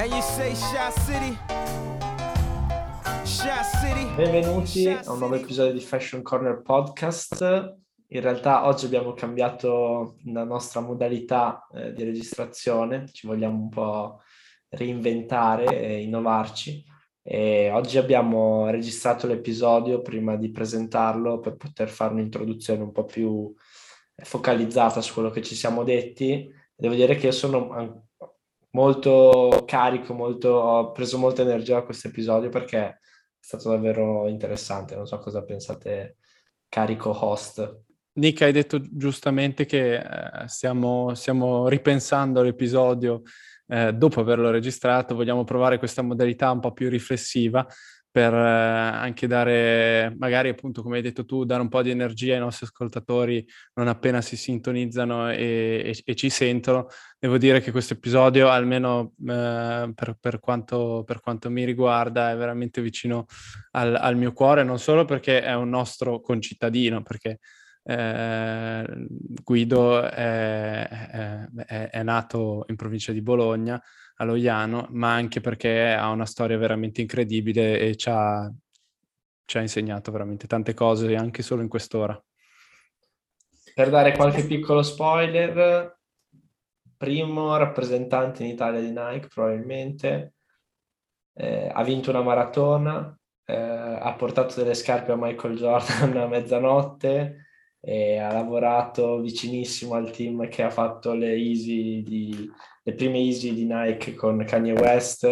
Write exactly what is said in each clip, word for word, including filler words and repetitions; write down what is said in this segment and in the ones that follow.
And you say Shot City? Shot City? Benvenuti a un nuovo episodio di Fashion Corner Podcast. In realtà oggi abbiamo cambiato la nostra modalità eh, di registrazione, ci vogliamo un po' reinventare e innovarci. E oggi abbiamo registrato l'episodio prima di presentarlo per poter fare un'introduzione un po' più focalizzata su quello che ci siamo detti. Devo dire che io sono molto carico, molto, ho preso molta energia da questo episodio perché è stato davvero interessante. Non so cosa pensate, carico host. Nick, hai detto giustamente che eh, stiamo, stiamo ripensando l'episodio eh, dopo averlo registrato. Vogliamo provare questa modalità un po' più riflessiva per eh, anche dare, magari appunto come hai detto tu, dare un po' di energia ai nostri ascoltatori non appena si sintonizzano e, e, e ci sentono. Devo dire che questo episodio, almeno eh, per, per, quanto, per quanto mi riguarda, è veramente vicino al, al mio cuore, non solo perché è un nostro concittadino, perché Eh, Guido è, è, è, è nato in provincia di Bologna, a Loiano, ma anche perché ha una storia veramente incredibile e ci ha, ci ha insegnato veramente tante cose anche solo in quest'ora. Per dare qualche piccolo spoiler, primo rappresentante in Italia di Nike probabilmente, eh, ha vinto una maratona, eh, ha portato delle scarpe a Michael Jordan a mezzanotte e ha lavorato vicinissimo al team che ha fatto le Easy di, le prime Easy di Nike con Kanye West,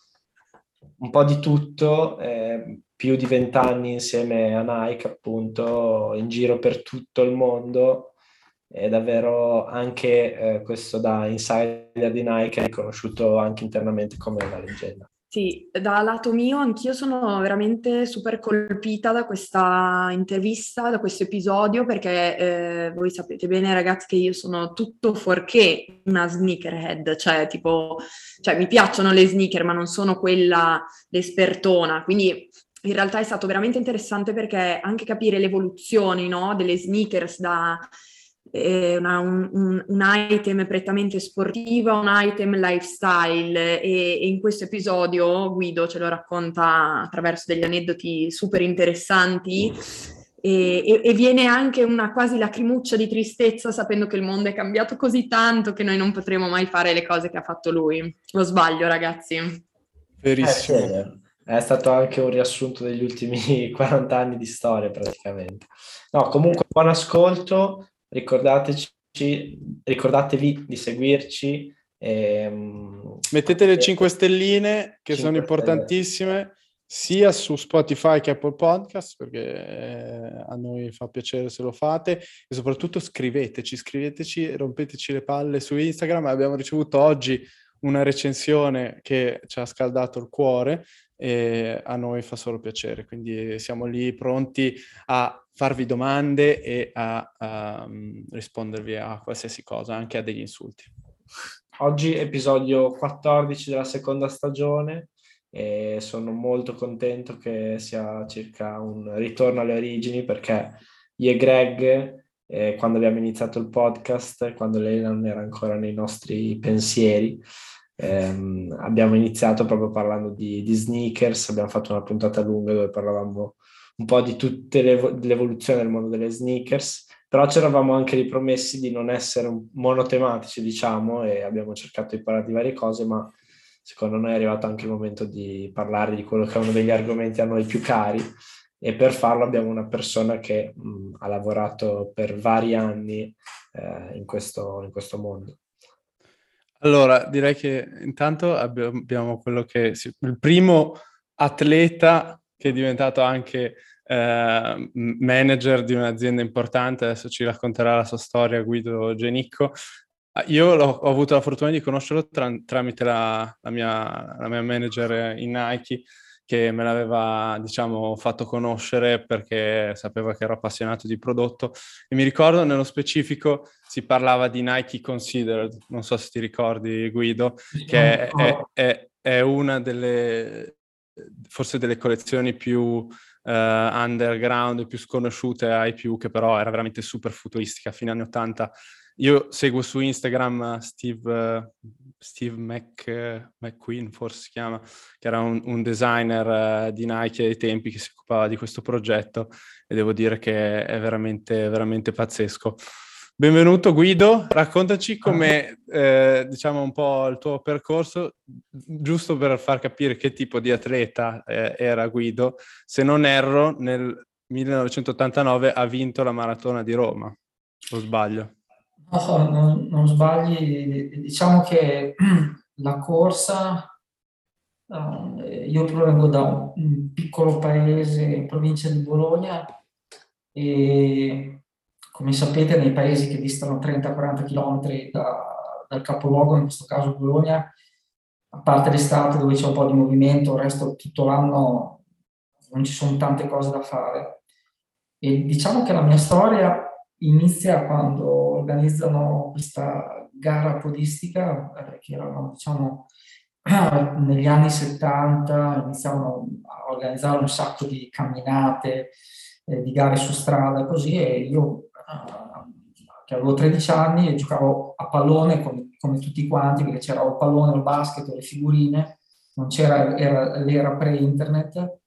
un po' di tutto, eh, più di vent'anni insieme a Nike appunto, in giro per tutto il mondo. È davvero anche eh, questo da insider di Nike è riconosciuto anche internamente come una leggenda. Sì, da lato mio anch'io sono veramente super colpita da questa intervista, da questo episodio, perché eh, voi sapete bene ragazzi che io sono tutto fuorché una sneakerhead, cioè tipo, cioè mi piacciono le sneaker ma non sono quella l'espertona, quindi in realtà è stato veramente interessante perché anche capire l'evoluzione, no, delle sneakers da Una, un, un, un item prettamente sportivo, un item lifestyle e, e in questo episodio Guido ce lo racconta attraverso degli aneddoti super interessanti e, e, e viene anche una quasi lacrimuccia di tristezza sapendo che il mondo è cambiato così tanto che noi non potremo mai fare le cose che ha fatto lui. Lo sbaglio, ragazzi? Verissimo. Eh, sì, è stato anche un riassunto degli ultimi quaranta anni di storia praticamente. No, comunque buon ascolto. Ricordateci, ricordatevi di seguirci. Ehm, Mettete le cinque stelline che cinque sono importantissime stelle. Sia su Spotify che Apple Podcast, perché eh, a noi fa piacere se lo fate, e soprattutto scriveteci, scriveteci, rompeteci le palle su Instagram. Abbiamo ricevuto oggi una recensione che ci ha scaldato il cuore e a noi fa solo piacere, quindi siamo lì pronti a farvi domande e a, a um, rispondervi a qualsiasi cosa, anche a degli insulti. Oggi episodio quattordici della seconda stagione e sono molto contento che sia circa un ritorno alle origini, perché io e Greg, eh, quando abbiamo iniziato il podcast, quando lei non era ancora nei nostri pensieri, ehm, abbiamo iniziato proprio parlando di, di sneakers. Abbiamo fatto una puntata lunga dove parlavamo un po' di tutte le, l'evoluzione del mondo delle sneakers, però ci eravamo anche ripromessi di non essere monotematici, diciamo, e abbiamo cercato di parlare di varie cose, ma secondo noi è arrivato anche il momento di parlare di quello che è uno degli argomenti a noi più cari, e per farlo abbiamo una persona che mh, ha lavorato per vari anni eh, in questo, in questo mondo. Allora, direi che intanto abbiamo quello che il primo atleta che è diventato anche eh, manager di un'azienda importante. Adesso ci racconterà la sua storia Guido Genicco. Io ho avuto la fortuna di conoscerlo tra- tramite la, la, mia, la mia manager in Nike, che me l'aveva, diciamo, fatto conoscere perché sapeva che ero appassionato di prodotto. E mi ricordo nello specifico si parlava di Nike Considered, non so se ti ricordi Guido, che è, è, è una delle, forse delle collezioni più uh, underground, più sconosciute ai più, che però era veramente super futuristica, fine anni ottanta. io seguo su Instagram Steve, Steve Mc, McQueen, forse si chiama, che era un, un designer uh, di Nike ai tempi che si occupava di questo progetto, e devo dire che è veramente, veramente pazzesco. Benvenuto Guido, raccontaci come, eh, diciamo, un po' il tuo percorso, giusto per far capire che tipo di atleta eh, era Guido. Se non erro, nel millenovecentottantanove ha vinto la maratona di Roma, o sbaglio? No, non, non sbagli, diciamo che la corsa, eh, io provengo da un piccolo paese in provincia di Bologna e, come sapete, nei paesi che distano trenta quaranta chilometri da, dal capoluogo, in questo caso Bologna, a parte l'estate dove c'è un po' di movimento, il resto tutto l'anno non ci sono tante cose da fare. E diciamo che la mia storia inizia quando organizzano questa gara podistica, eh, che erano, diciamo, negli anni settanta, iniziavano a organizzare un sacco di camminate, eh, di gare su strada, così, e io, eh, che avevo tredici anni, e giocavo a pallone come, come tutti quanti, perché c'era o il pallone, o il basket, o le figurine, non c'era, era l'era pre-internet,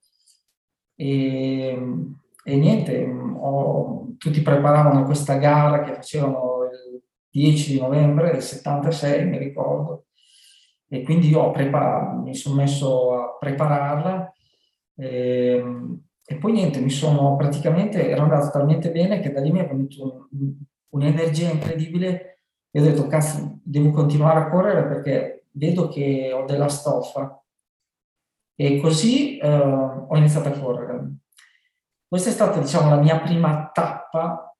e, e niente, ho, tutti preparavano questa gara che facevano il dieci di novembre del settantasei, mi ricordo, e quindi io ho preparato, mi sono messo a prepararla, e, e poi niente, mi sono praticamente, ero andato talmente bene che da lì mi è venuto un, un'energia incredibile, e ho detto, cazzo, devo continuare a correre perché vedo che ho della stoffa. E così eh, ho iniziato a correre. Questa è stata, diciamo, la mia prima tappa,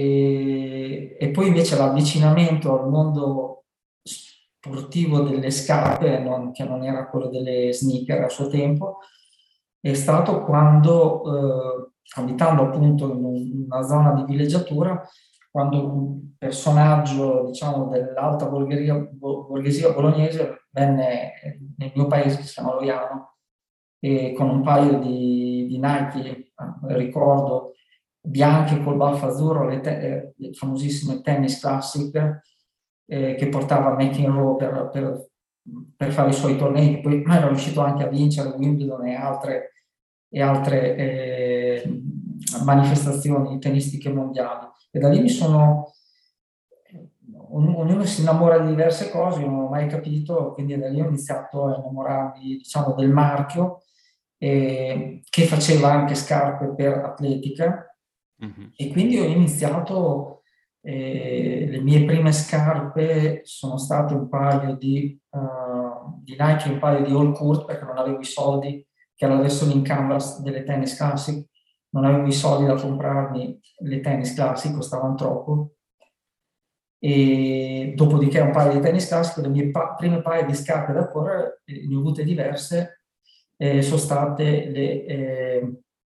e, e poi invece l'avvicinamento al mondo sportivo delle scarpe, non, che non era quello delle sneaker a suo tempo, è stato quando, eh, abitando appunto in una zona di villeggiatura, quando un personaggio, diciamo, dell'alta borghesia, borghesia bolognese venne nel mio paese, che si chiama Loiano, e con un paio di, di Nike, eh, ricordo, bianche col baffo azzurro, le, te, le famosissime Tennis Classic, eh, che portava McEnroe per, per, per fare i suoi tornei, poi era riuscito anche a vincere Wimbledon e altre, e altre eh, manifestazioni tennistiche mondiali. E da lì mi sono... Ognuno si innamora di diverse cose, io non ho mai capito, quindi da lì ho iniziato a innamorarmi, diciamo, del marchio, eh, che faceva anche scarpe per atletica, mm-hmm. E quindi ho iniziato, eh, le mie prime scarpe sono state un paio di, uh, di Nike, un paio di All Court, perché non avevo i soldi, che era la versione in canvas delle Tennis Classic, non avevo i soldi da comprarmi le Tennis Classic, costavano troppo. E dopodiché un paio di Tennis Classic, le mie pa- prime paio di scarpe da correre, eh, ne ho avute diverse, eh, sono state le, eh,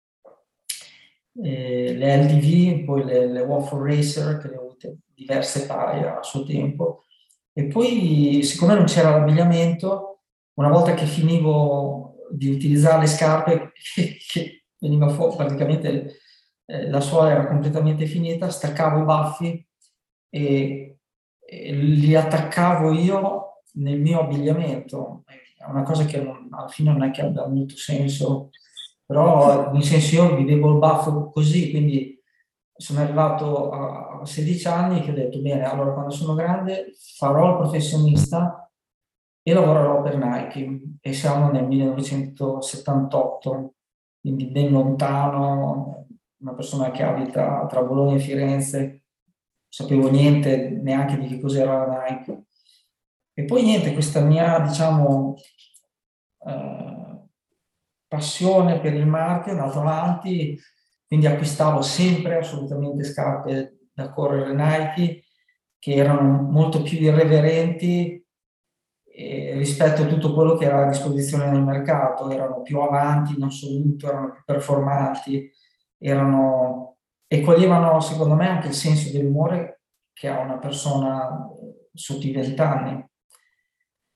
eh, le L D V, poi le, le Waffle Racer, che le ho avute diverse paia a suo tempo, e poi, siccome non c'era l'abbigliamento, una volta che finivo di utilizzare le scarpe, che, che veniva fuori praticamente, eh, la suola era completamente finita, staccavo i baffi e, e li attaccavo io nel mio abbigliamento. È una cosa che non, alla fine non è che abbia molto senso, però nel senso io vivevo il baffo così, quindi sono arrivato a, a sedici anni che ho detto, bene, allora quando sono grande farò il professionista e lavorerò per Nike, e siamo nel millenovecentosettantotto, quindi ben lontano, una persona che abita tra Bologna e Firenze, sapevo niente neanche di che cos'era la Nike. E poi niente, questa mia, diciamo, eh, passione per il marchio è andata avanti, quindi acquistavo sempre assolutamente scarpe da correre Nike, che erano molto più irreverenti eh, rispetto a tutto quello che era a disposizione nel mercato, erano più avanti in assoluto, erano più performanti, erano... e coglievano secondo me anche il senso dell'umore che ha una persona sotto i vent'anni.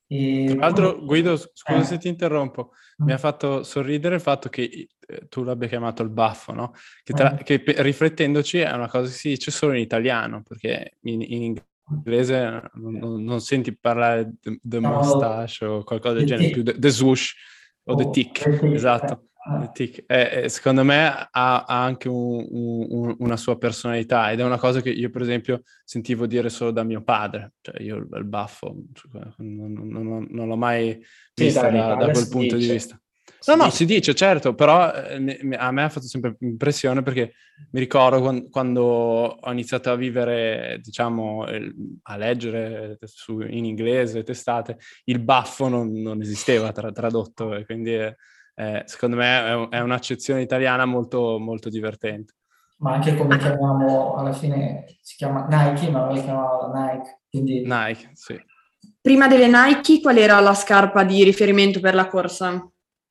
E Tra l'altro, poi- Guido, scusa eh. se ti interrompo, mi ha fatto sorridere il fatto che eh, tu l'abbia chiamato il baffo, no? Che, tra- Eh. che pe- riflettendoci è una cosa che si dice solo in italiano, perché in, in inglese non, non- non senti parlare the, the Chiamalo mustache o qualcosa del the genere, più tick, the, the swoosh o the o tick, the tick, esatto. eh. The tick. Eh, eh, secondo me ha, ha anche un- un- una sua personalità ed è una cosa che io per esempio sentivo dire solo da mio padre, cioè io il, il baffo non, non- non- non l'ho mai Sì, vista dai, in da, da Italia quel si punto di dice. vista. Si No, no, dice. si dice, certo, però eh, mi- mi- a me ha fatto sempre impressione perché mi ricordo quan- quando ho iniziato a vivere, diciamo, il- a leggere su- in inglese, testate, il baffo non, non esisteva tra- tradotto e quindi eh, eh, secondo me è, un- è un'accezione italiana molto, molto divertente. Ma anche come chiamiamo, alla fine si chiama Nike, ma noi chiamiamo Nike, quindi Nike, sì. Prima delle Nike, qual era la scarpa di riferimento per la corsa?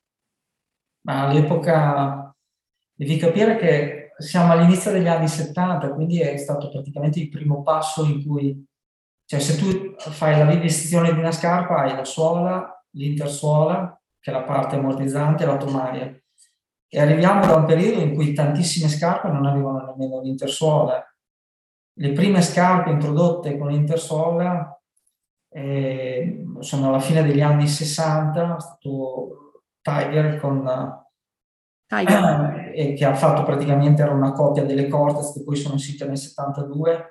ma all'epoca devi capire che siamo all'inizio degli anni settanta, quindi è stato praticamente il primo passo in cui, cioè se tu fai la rivestizione di una scarpa hai la suola, l'intersuola, che è la parte ammortizzante, e la tomaia. E arriviamo da un periodo in cui tantissime scarpe non avevano nemmeno l'intersuola. Le prime scarpe introdotte con l'intersuola eh, sono alla fine degli anni sessanta, è stato Tiger con, Tiger. eh, che ha fatto praticamente, era una copia delle Cortez che poi sono uscite nel settantadue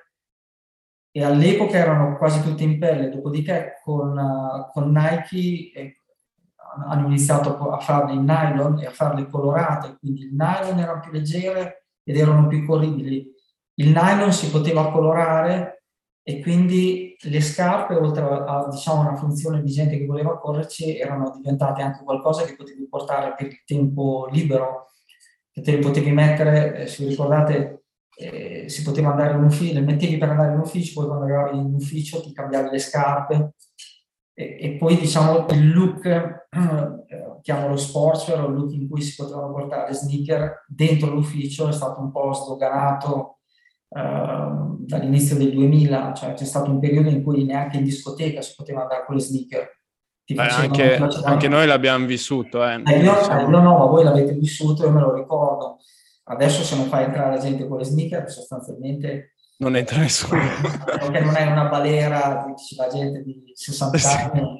e all'epoca erano quasi tutte in pelle, dopodiché con, uh, con Nike eh, hanno iniziato a farle in nylon e a farle colorate, quindi il nylon erano più leggere ed erano più corribili. Il nylon si poteva colorare e quindi le scarpe, oltre a, diciamo, una funzione di gente che voleva correrci, erano diventate anche qualcosa che potevi portare per il tempo libero, che te le potevi mettere, eh, se vi ricordate, eh, si poteva andare in ufficio, le mettevi per andare in ufficio, poi quando arrivavi in ufficio ti cambiavi le scarpe e, e poi diciamo il look, eh, chiamalo sportswear, o il look in cui si potevano portare sneaker dentro l'ufficio è stato un po' sdoganato eh, dall'inizio del duemila, cioè c'è stato un periodo in cui neanche in discoteca si poteva andare con le sneaker. Ti Eh, facevano, anche, ti facevano... anche noi l'abbiamo vissuto, eh. Eh, io, Diciamo. eh, io no, ma voi l'avete vissuto, io me lo ricordo. Adesso se non fai entrare la gente con le sneaker, sostanzialmente Non entra nessuno. perché non è una balera, dici, la gente di sessanta anni.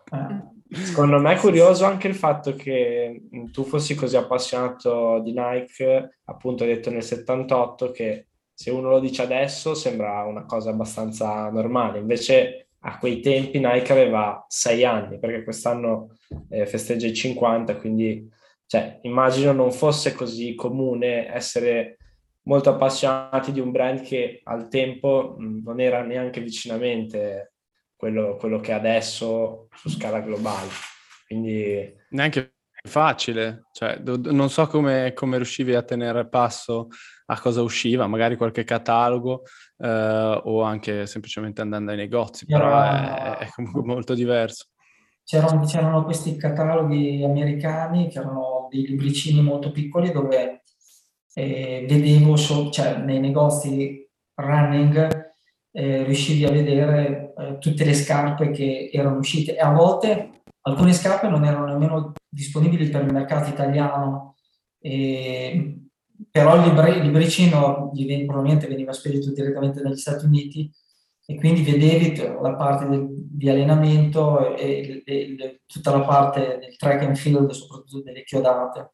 Eh. Secondo me è curioso anche il fatto che tu fossi così appassionato di Nike, appunto hai detto nel settantotto, che se uno lo dice adesso sembra una cosa abbastanza normale, invece a quei tempi Nike aveva sei anni, perché quest'anno eh, festeggia i cinquanta, quindi cioè, immagino non fosse così comune essere molto appassionati di un brand che al tempo mh, non era neanche vicinamente quello, quello che è adesso su scala globale. Quindi Neanche facile, cioè, do- do- non so come, come riuscivi a tenere passo a cosa usciva, magari qualche catalogo eh, o anche semplicemente andando ai negozi, però è, è comunque molto diverso. C'erano, c'erano questi cataloghi americani che erano dei libricini molto piccoli dove eh, vedevo, so, cioè nei negozi running, eh, riuscivi a vedere eh, tutte le scarpe che erano uscite e a volte alcune scarpe non erano nemmeno disponibili per il mercato italiano, eh, però il, libre, il libricino probabilmente veniva spedito direttamente dagli Stati Uniti e quindi vedevi la parte del, di allenamento e, e, e tutta la parte del track and field, soprattutto delle chiodate.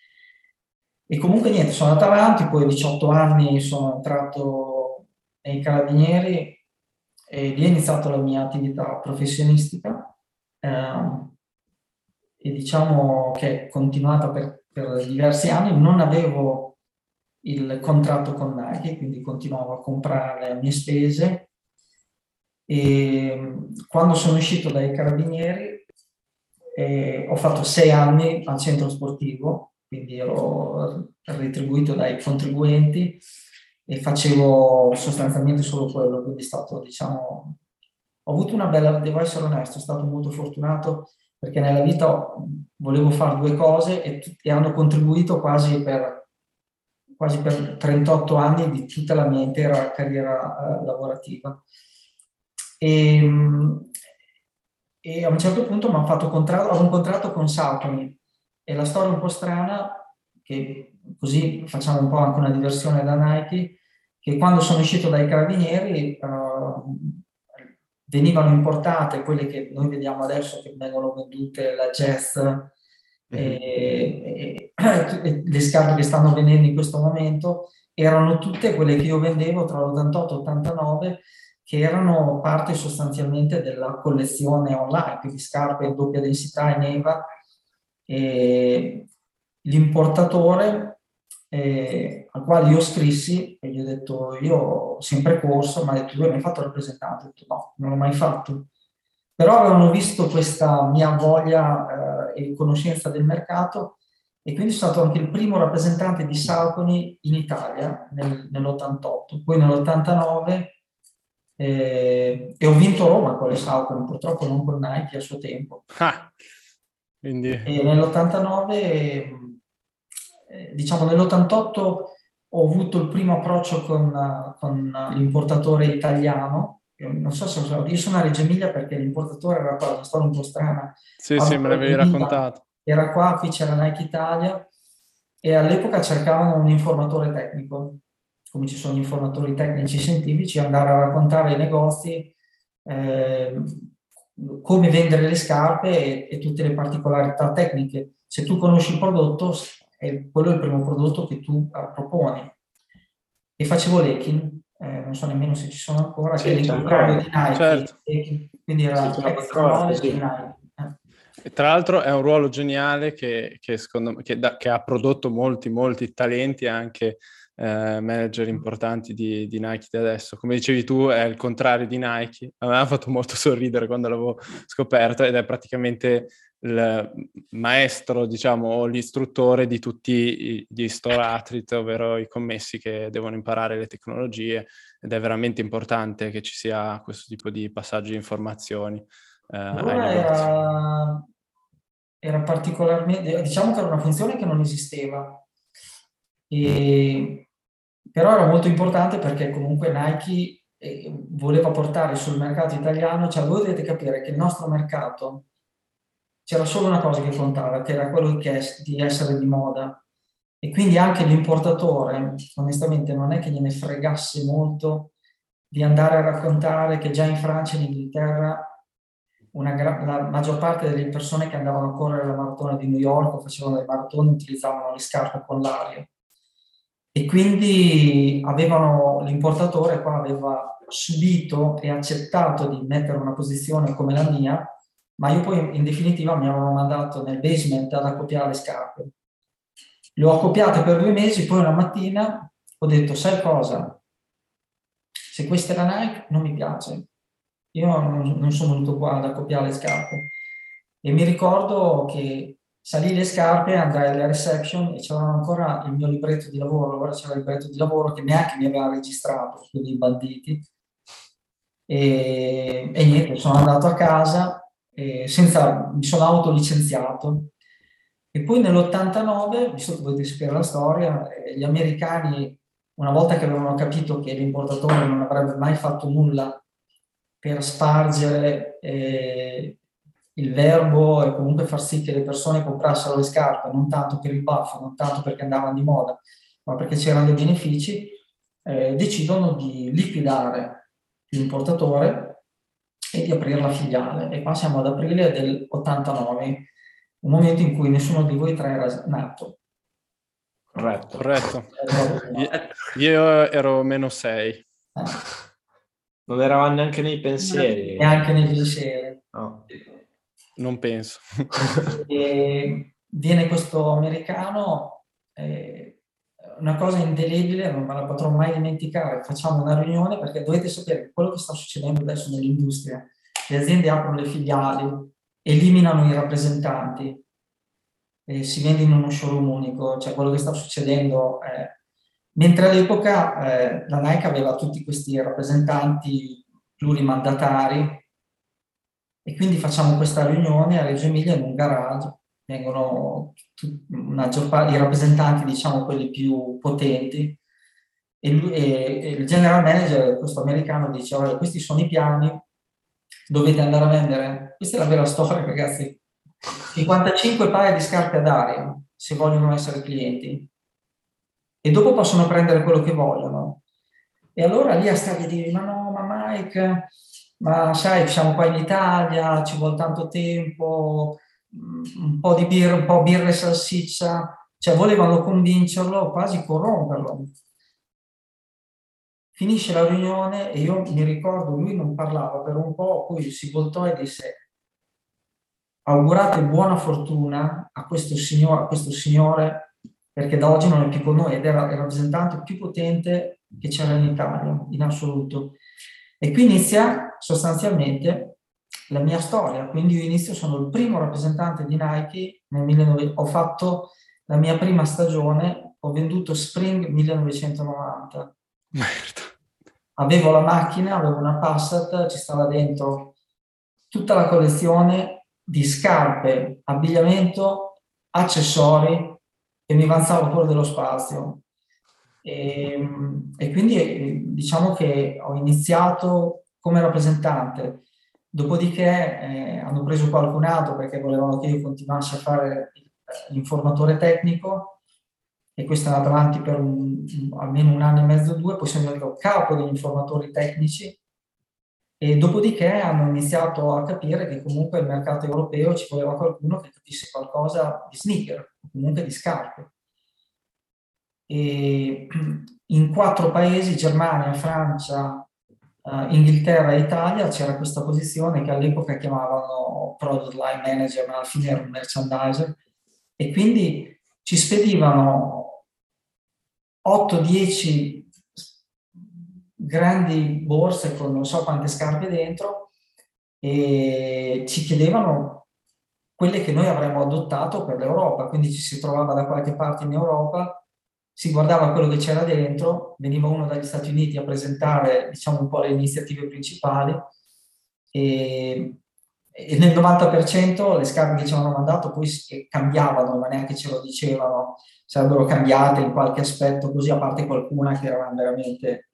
E comunque niente, sono andato avanti, poi a diciotto anni sono entrato nei Carabinieri e lì è iniziata la mia attività professionistica eh, e diciamo che è continuata per, per diversi anni. Non avevo il contratto con Nike, quindi continuavo a comprare a mie spese. E quando sono uscito dai Carabinieri eh, ho fatto sei anni al centro sportivo, quindi ero retribuito dai contribuenti e facevo sostanzialmente solo quello, quindi è stato, diciamo, ho avuto una bella, devo essere onesto, sono stato molto fortunato perché nella vita volevo fare due cose e, e hanno contribuito quasi per, quasi per trentotto anni di tutta la mia intera carriera eh, lavorativa. E, e a un certo punto mi hanno fatto contratto, avevo un contratto con Saucony, e la storia un po' strana, che così facciamo un po' anche una diversione da Nike, che quando sono uscito dai carabinieri uh, venivano importate quelle che noi vediamo adesso, che vengono vendute, la Jazz, e, e, e le scarpe che stanno vendendo in questo momento erano tutte quelle che io vendevo tra l'ottantotto e l'ottantanove, che erano parte sostanzialmente della collezione online, quindi scarpe in doppia densità in EVA. E l'importatore eh, al quale io scrissi e gli ho detto: io ho sempre corso, mi ha detto: tu hai mai fatto rappresentante? Ho detto: no, non l'ho mai fatto. Però avevano visto questa mia voglia eh, e conoscenza del mercato, e quindi sono stato anche il primo rappresentante di Saucony in Italia nel, nell'ottantotto. Poi nell'ottantanove eh, e ho vinto Roma con le Saucony, purtroppo non con Nike a suo tempo. Ah, quindi... E nell'ottantanove, eh, diciamo nell'ottantotto, ho avuto il primo approccio con, con l'importatore italiano. Non so se lo so, io sono a Reggio Emilia perché l'importatore era qua, una storia un po' strana. Sì, sì, me l'avevi raccontato. Era qua, qui c'era Nike Italia, e all'epoca cercavano un informatore tecnico, come ci sono informatori tecnici scientifici, andare a raccontare ai negozi eh, come vendere le scarpe e, e tutte le particolarità tecniche. Se tu conosci il prodotto, è, quello è il primo prodotto che tu uh, proponi. E facevo l'Ekin, eh, non so nemmeno se ci sono ancora, sì, che è l'incontrario di Nike, certo. Ekin, quindi era sì, extra knowledge di Nike. E tra l'altro è un ruolo geniale che, che, secondo me, che, da, che ha prodotto molti, molti talenti, anche eh, manager importanti di, di Nike di adesso. Come dicevi tu, è il contrario di Nike. A me ha fatto molto sorridere quando l'avevo scoperto, ed è praticamente il maestro, diciamo, o l'istruttore di tutti gli store athlete, ovvero i commessi che devono imparare le tecnologie, ed è veramente importante che ci sia questo tipo di passaggio di informazioni. Eh, Allora era, era particolarmente, diciamo che era una funzione che non esisteva, e, però era molto importante perché comunque Nike eh, voleva portare sul mercato italiano, cioè voi dovete capire che il nostro mercato c'era solo una cosa che contava, che era quello che è, di essere di moda, e quindi anche l'importatore onestamente non è che gliene fregasse molto di andare a raccontare che già in Francia e in Inghilterra una gra- la maggior parte delle persone che andavano a correre la maratona di New York o facevano le maratone utilizzavano le scarpe con l'aria, e quindi avevano, l'importatore qua aveva subito e accettato di mettere una posizione come la mia, ma io poi in definitiva mi avevano mandato nel basement ad accoppiare le scarpe. Le ho accoppiate per due mesi, poi una mattina ho detto: sai cosa? Se questa è la Nike non mi piace. Io non, non sono venuto qua ad accoppiare le scarpe. E mi ricordo che salì le scarpe, andai alla reception e c'erano ancora il mio libretto di lavoro. Allora c'era il libretto di lavoro che neanche mi aveva registrato, quindi i banditi. E, e niente, sono andato a casa, e senza, mi sono autolicenziato. E poi nell'ottantanove, visto che volete sapere la storia, eh, gli americani, una volta che avevano capito che l'importatore non avrebbe mai fatto nulla per spargere eh, il verbo e comunque far sì che le persone comprassero le scarpe, non tanto per il baffo, non tanto perché andavano di moda, ma perché c'erano dei benefici, eh, decidono di liquidare l'importatore e di aprire la filiale. E qua siamo ad aprile del ottantanove, un momento in cui nessuno di voi tre era nato. Corretto. Corretto. Io ero meno sei. Eh. Non eravamo neanche nei pensieri. Neanche nei pensieri. No. Non penso. E viene questo americano, eh, una cosa indelebile, non me la potrò mai dimenticare. Facciamo una riunione perché dovete sapere che quello che sta succedendo adesso nell'industria, le aziende aprono le filiali, eliminano i rappresentanti, e si vende in uno showroom unico, cioè quello che sta succedendo è... Mentre all'epoca eh, la Nike aveva tutti questi rappresentanti plurimandatari, e quindi facciamo questa riunione a Reggio Emilia in un garage, vengono una parte, i rappresentanti, diciamo quelli più potenti, e, lui, e, e il general manager, questo americano, dice: oh, questi sono i piani, dovete andare a vendere, questa è la vera storia ragazzi, cinquantacinque paia di scarpe ad aria se vogliono essere clienti e dopo possono prendere quello che vogliono. E allora lì a stare a dire ma no, ma Mike, ma sai siamo qua in Italia, ci vuole tanto tempo, un po' di birra, un po' birra e salsiccia, cioè volevano convincerlo, quasi corromperlo. Finisce la riunione e io mi ricordo, lui non parlava per un po', poi si voltò e disse augurate buona fortuna a questo signore, a questo signore perché da oggi non è più con noi, ed era il rappresentante più potente che c'era in Italia, in assoluto. E qui inizia sostanzialmente la mia storia, quindi io inizio, sono il primo rappresentante di Nike, nel millenovecento, ho fatto la mia prima stagione, ho venduto Spring millenovecentonovanta. Merda. Avevo la macchina, avevo una Passat, ci stava dentro tutta la collezione di scarpe, abbigliamento, accessori e mi avanzavo fuori dello spazio. E, e quindi diciamo che ho iniziato come rappresentante, dopodiché eh, hanno preso qualcun altro perché volevano che io continuassi a fare l'informatore tecnico e questo è andato avanti per un, almeno un anno e mezzo, due, poi sono diventato capo degli informatori tecnici e dopodiché hanno iniziato a capire che comunque il mercato europeo ci voleva qualcuno che capisse qualcosa di sneaker, comunque di scarpe. E in quattro paesi, Germania, Francia, uh, Inghilterra e Italia, c'era questa posizione che all'epoca chiamavano Product Line Manager, ma alla fine era un merchandiser, e quindi ci spedivano otto dieci grandi borse con non so quante scarpe dentro e ci chiedevano quelle che noi avremmo adottato per l'Europa, quindi ci si trovava da qualche parte in Europa, si guardava quello che c'era dentro, veniva uno dagli Stati Uniti a presentare diciamo un po' le iniziative principali e, e nel novanta per cento le scarpe che ci avevano mandato poi cambiavano, ma neanche ce lo dicevano, sarebbero cambiate in qualche aspetto così, a parte qualcuna che era veramente...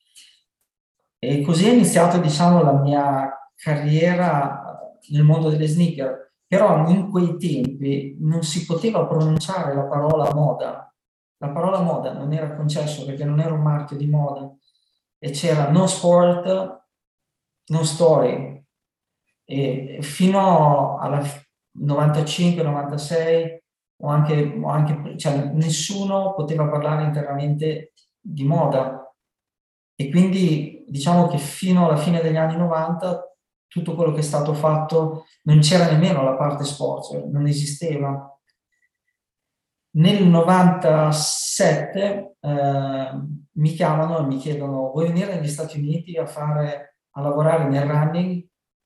E così è iniziata diciamo la mia carriera nel mondo delle sneaker, però in quei tempi non si poteva pronunciare la parola moda. La parola moda non era concesso perché non era un marchio di moda e c'era no sport, no story. E fino al novantacinque novantasei o anche, o anche cioè, nessuno poteva parlare interamente di moda. E quindi diciamo che fino alla fine degli anni novanta tutto quello che è stato fatto non c'era nemmeno la parte sport, cioè non esisteva. Nel novantasette eh, mi chiamano e mi chiedono vuoi venire negli Stati Uniti a, fare, a lavorare nel running?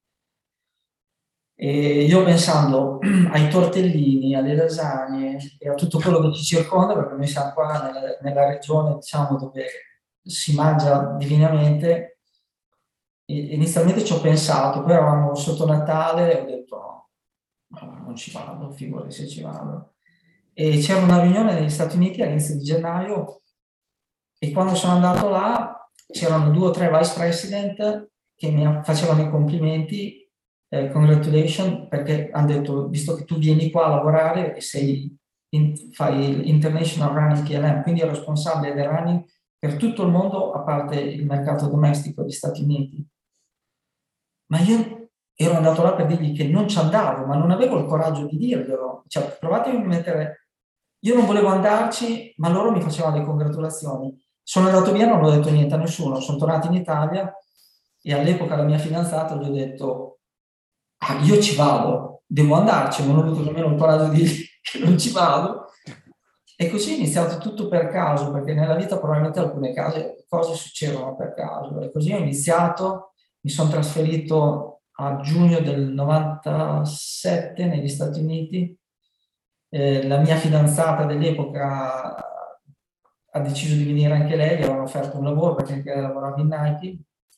E io pensando ai tortellini, alle lasagne e a tutto quello che ci circonda, perché noi siamo qua nella, nella regione diciamo dove si mangia divinamente, e inizialmente ci ho pensato, poi eravamo sotto Natale e ho detto no, non ci vado, figurati se ci vado. E c'era una riunione negli Stati Uniti all'inizio di gennaio e quando sono andato là c'erano due o tre vice president che mi facevano i complimenti, eh, congratulations, perché hanno detto visto che tu vieni qua a lavorare e sei in, fai l'International Running P L M, quindi è responsabile del running per tutto il mondo a parte il mercato domestico degli Stati Uniti. Ma io ero andato là per dirgli che non ci andavo, ma non avevo il coraggio di dirglielo. Cioè, provatevi a mettere... Io non volevo andarci, ma loro mi facevano le congratulazioni. Sono andato via, non ho detto niente a nessuno. Sono tornato in Italia e all'epoca la mia fidanzata gli ho detto ah, io ci vado, devo andarci, non ho avuto nemmeno il coraggio di dire che non ci vado. E così è iniziato tutto per caso, perché nella vita probabilmente alcune cose, cose succedono per caso. E così ho iniziato, mi sono trasferito a giugno del novantasette negli Stati Uniti. Eh, la mia fidanzata dell'epoca ha deciso di venire anche lei, gli avevano offerto un lavoro perché anche lei lavorava in Nike.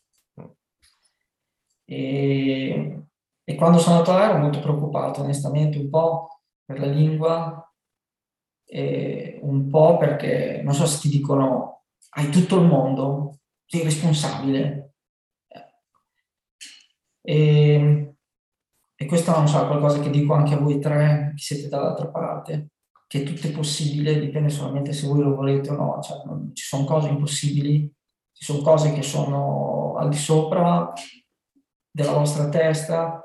E, e quando sono andato là ero molto preoccupato, onestamente, un po' per la lingua, e un po' perché, non so se ti dicono, hai tutto il mondo, sei responsabile. E, e questo non so, è qualcosa che dico anche a voi tre che siete dall'altra parte, che tutto è possibile, dipende solamente se voi lo volete o no, cioè, non, ci sono cose impossibili, ci sono cose che sono al di sopra della vostra testa,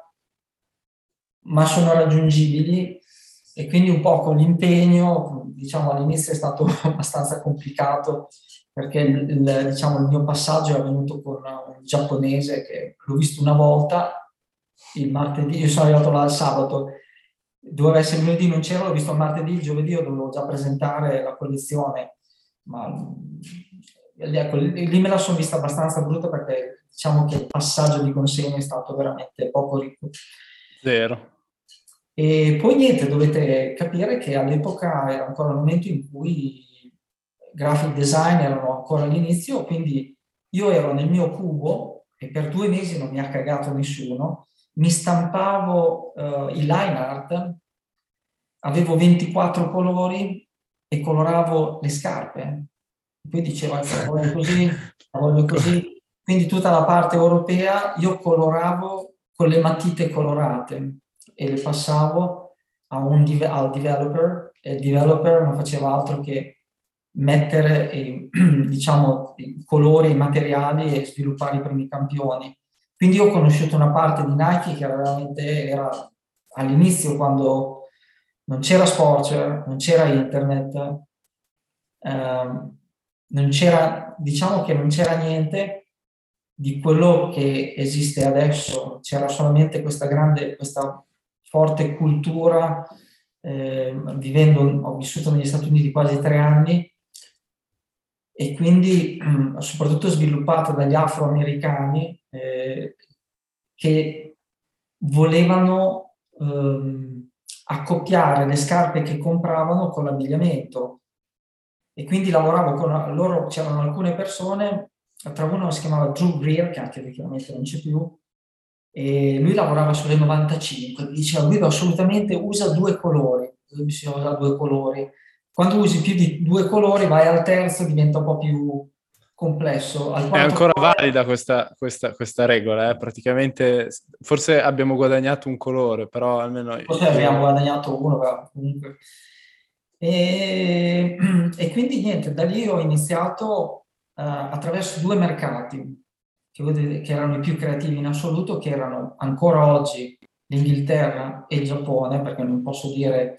ma sono raggiungibili, e quindi un po' con l'impegno, diciamo all'inizio è stato abbastanza complicato, perché il, il, diciamo, il mio passaggio è avvenuto con un giapponese che l'ho visto una volta, il martedì, io sono arrivato là il sabato, doveva essere il lunedì, non c'era, l'ho visto il martedì, il giovedì io dovevo già presentare la collezione, ma ecco, lì me la sono vista abbastanza brutta, perché diciamo che il passaggio di consegna è stato veramente poco ricco. Zero. E poi niente, dovete capire che all'epoca era ancora il momento in cui graphic design erano ancora all'inizio, quindi io ero nel mio cubo e per due mesi non mi ha cagato nessuno, mi stampavo uh, i line art, avevo ventiquattro colori e coloravo le scarpe. E poi dicevo, la voglio così, la voglio così. Quindi tutta la parte europea io coloravo con le matite colorate e le passavo a un dive- al developer, e il developer non faceva altro che mettere i, diciamo, i colori, i materiali e sviluppare i primi campioni. Quindi io ho conosciuto una parte di Nike che veramente era all'inizio, quando non c'era Sportcer, non c'era internet, ehm, non c'era, diciamo che non c'era niente di quello che esiste adesso, c'era solamente questa grande, questa forte cultura, eh, vivendo, ho vissuto negli Stati Uniti quasi tre anni, e quindi soprattutto sviluppata dagli afroamericani eh, che volevano ehm, accoppiare le scarpe che compravano con l'abbigliamento, e quindi lavoravo con loro, c'erano alcune persone, tra uno si chiamava Drew Greer, che anche chiaramente non c'è più, e lui lavorava sulle novantacinque, diceva Guido assolutamente usa due colori, bisogna usare due colori. Quando usi più di due colori vai al terzo, diventa un po' più complesso. Al È quarto ancora colore, valida questa, questa, questa regola, eh? Praticamente forse abbiamo guadagnato un colore, però almeno forse io... abbiamo guadagnato uno, però comunque. E, e quindi niente, da lì ho iniziato uh, attraverso due mercati che, vedete, che erano i più creativi in assoluto, che erano ancora oggi l'Inghilterra e il Giappone, perché non posso dire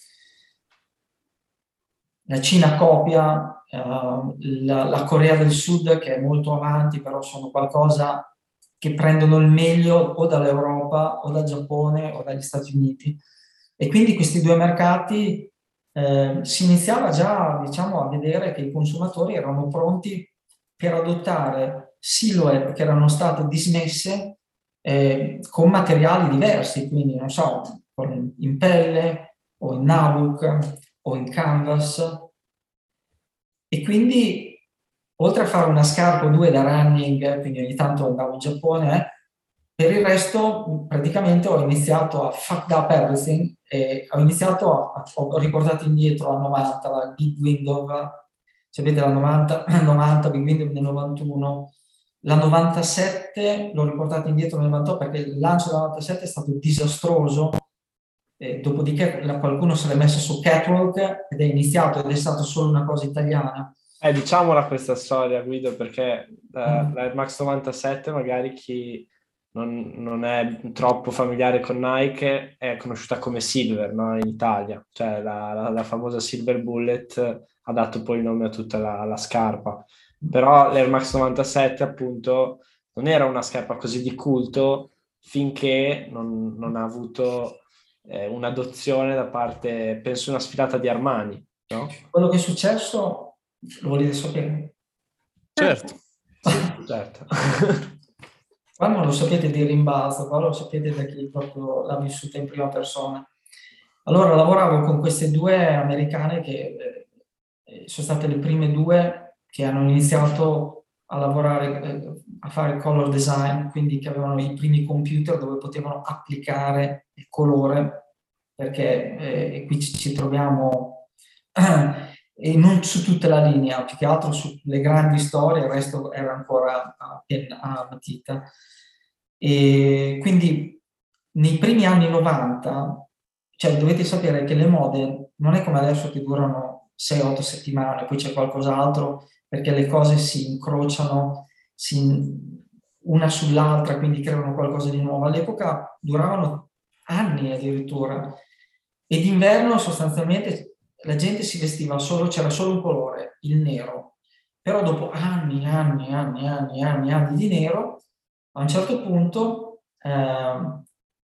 la Cina copia, uh, la, la Corea del Sud che è molto avanti, però sono qualcosa che prendono il meglio o dall'Europa o dal Giappone o dagli Stati Uniti. E quindi questi due mercati eh, si iniziava già, diciamo, a vedere che i consumatori erano pronti per adottare silhouette che erano state dismesse eh, con materiali diversi, quindi non so, in pelle o in Nabuc o in canvas. E quindi, oltre a fare una scarpa o due da running, quindi ogni tanto andavo in Giappone, eh, per il resto praticamente ho iniziato a fuck up everything, e ho iniziato a, ho riportato indietro la novanta, la Big Window, sapete la novanta, novanta, Big Window nel novantuno, la novantasette l'ho riportata indietro nel novantotto perché il lancio del novantasette è stato disastroso, e dopodiché qualcuno se l'è messo su Catwalk ed è iniziato ed è stato solo una cosa italiana. Eh, diciamola questa storia, Guido, perché uh, la Air Max novantasette magari chi non, non è troppo familiare con Nike è conosciuta come Silver, no? In Italia, cioè la, la, la famosa Silver Bullet ha dato poi il nome a tutta la, la scarpa, però l'Air Max novantasette appunto non era una scarpa così di culto finché non, non ha avuto eh, un'adozione da parte, penso una sfilata di Armani, no? Quello che è successo lo volete sapere? Certo. Sì, certo. Qua non lo sapete di rimbalzo, qua lo sapete da chi proprio l'ha vissuta in prima persona. Allora lavoravo con queste due americane che eh, sono state le prime due che hanno iniziato a lavorare, eh, a fare color design, quindi che avevano i primi computer dove potevano applicare il colore, perché eh, qui ci, ci troviamo e non su tutta la linea, più che altro sulle grandi storie, il resto era ancora a, a matita. E quindi nei primi anni novanta, cioè dovete sapere che le mode non è come adesso che durano sei otto settimane, poi c'è qualcos'altro, perché le cose si incrociano si, una sull'altra, quindi creano qualcosa di nuovo. All'epoca duravano anni addirittura, e d'inverno sostanzialmente la gente si vestiva solo, c'era solo un colore, il nero. Però dopo anni, anni, anni, anni, anni, anni di nero, a un certo punto eh,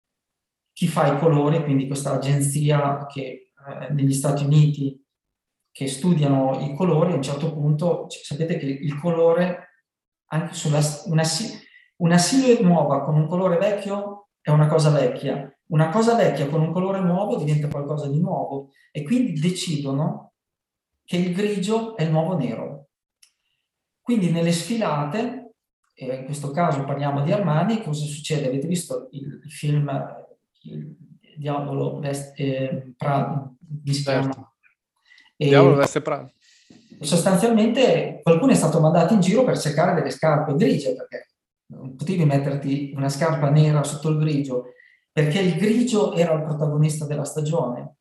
chi fa i colori, quindi questa agenzia che eh, negli Stati Uniti che studiano i colori, a un certo punto cioè, sapete che il colore, anche sulla una, una silhouette nuova con un colore vecchio è una cosa vecchia, una cosa vecchia con un colore nuovo diventa qualcosa di nuovo, e quindi decidono che il grigio è il nuovo nero. Quindi nelle sfilate, e in questo caso parliamo di Armani, cosa succede? Avete visto il, il film Il Diavolo Veste eh, Prada? Certo. E Diavolo Veste Prada. sostanzialmente qualcuno è stato mandato in giro per cercare delle scarpe grigie, perché non potevi metterti una scarpa nera sotto il grigio, perché il grigio era il protagonista della stagione.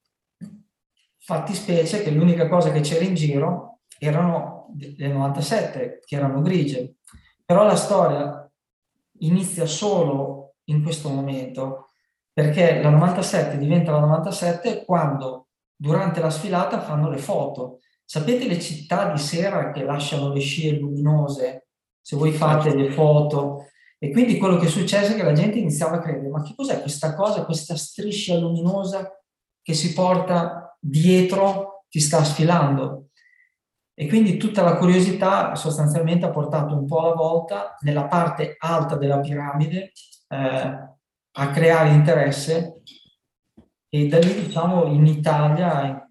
Fatti specie che l'unica cosa che c'era in giro erano le novantasette, che erano grigie. Però la storia inizia solo in questo momento, perché la novantasette diventa la novantasette quando durante la sfilata fanno le foto. Sapete le città di sera che lasciano le scie luminose, se voi fate certo. le foto? E quindi quello che successe è che la gente iniziava a credere, ma che cos'è questa cosa, questa striscia luminosa che si porta dietro, ti sta sfilando? E quindi tutta la curiosità sostanzialmente ha portato un po' alla volta nella parte alta della piramide eh, a creare interesse, e da lì diciamo in Italia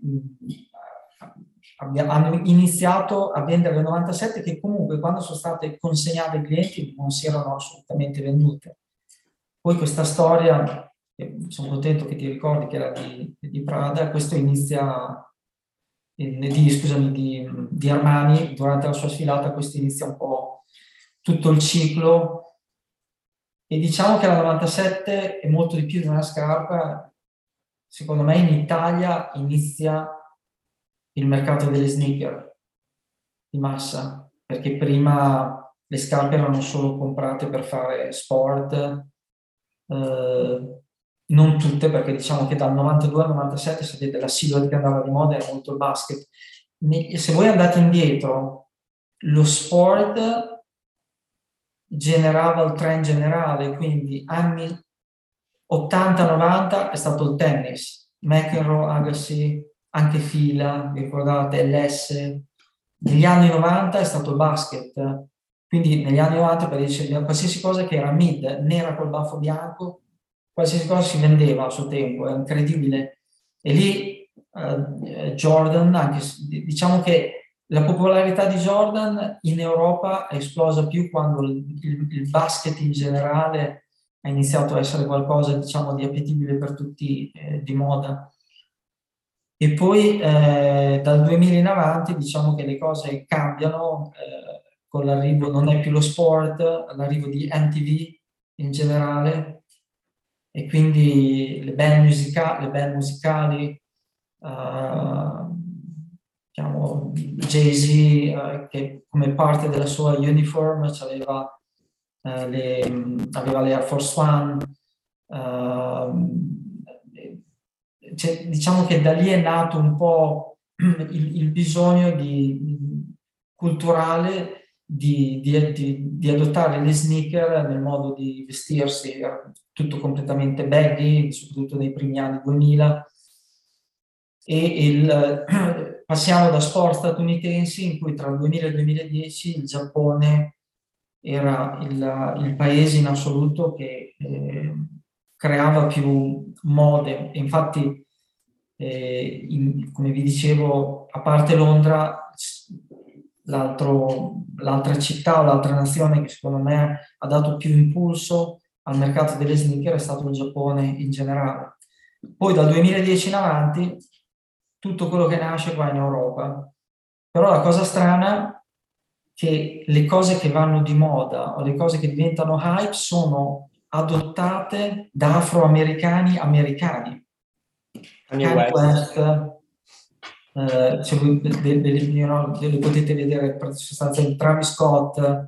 hanno iniziato a vendere le novantasette, che comunque quando sono state consegnate ai clienti non si erano assolutamente vendute. Poi questa storia, sono contento che ti ricordi che era di, di Prada, questo inizia, di, scusami, di, di Armani, durante la sua sfilata questo inizia un po' tutto il ciclo, e diciamo che la novantasette è molto di più di una scarpa. Secondo me in Italia inizia il mercato delle sneaker di massa, perché prima le scarpe erano solo comprate per fare sport, eh, non tutte, perché diciamo che dal novantadue al novantasette, sapete, la silhouette che andava di moda era molto il basket. Se voi andate indietro, lo sport generava il trend generale, quindi anni ottanta novanta è stato il tennis, McEnroe, Agassi, anche Fila, vi ricordate, L S. Negli anni novanta è stato il basket, quindi negli anni novanta per dire qualsiasi cosa che era mid, nera col baffo bianco, qualsiasi cosa si vendeva a suo tempo, è incredibile. E lì uh, Jordan, anche diciamo che la popolarità di Jordan in Europa è esplosa più quando il, il, il basket in generale ha iniziato a essere qualcosa, diciamo, di appetibile per tutti, eh, di moda. E poi eh, dal duemila in avanti diciamo che le cose cambiano, eh, con l'arrivo, non è più lo sport, l'arrivo di M T V in generale, e quindi le band, musica- le band musicali, uh, diciamo Jay-Z, uh, che come parte della sua uniform aveva, uh, le, aveva le Air Force One, uh, cioè, diciamo che da lì è nato un po' il, il bisogno di, culturale di, di, di, di adottare le sneaker nel modo di vestirsi, era tutto completamente baggy, soprattutto nei primi anni duemila, e il, passiamo da sport statunitensi in cui tra il duemila e il duemiladieci il Giappone era il, il paese in assoluto che eh, creava più mode. Infatti, eh, in, come vi dicevo, a parte Londra, l'altro, l'altra città o l'altra nazione che secondo me ha dato più impulso al mercato delle sneaker è stato il Giappone in generale. Poi dal duemiladieci in avanti tutto quello che nasce qua in Europa. Però la cosa strana è che le cose che vanno di moda o le cose che diventano hype sono adottate da afroamericani americani. Kanye Kanye West. West, eh, se voi ve- ve- ve- no, le potete vedere per sostanzialmente Travis Scott, eh,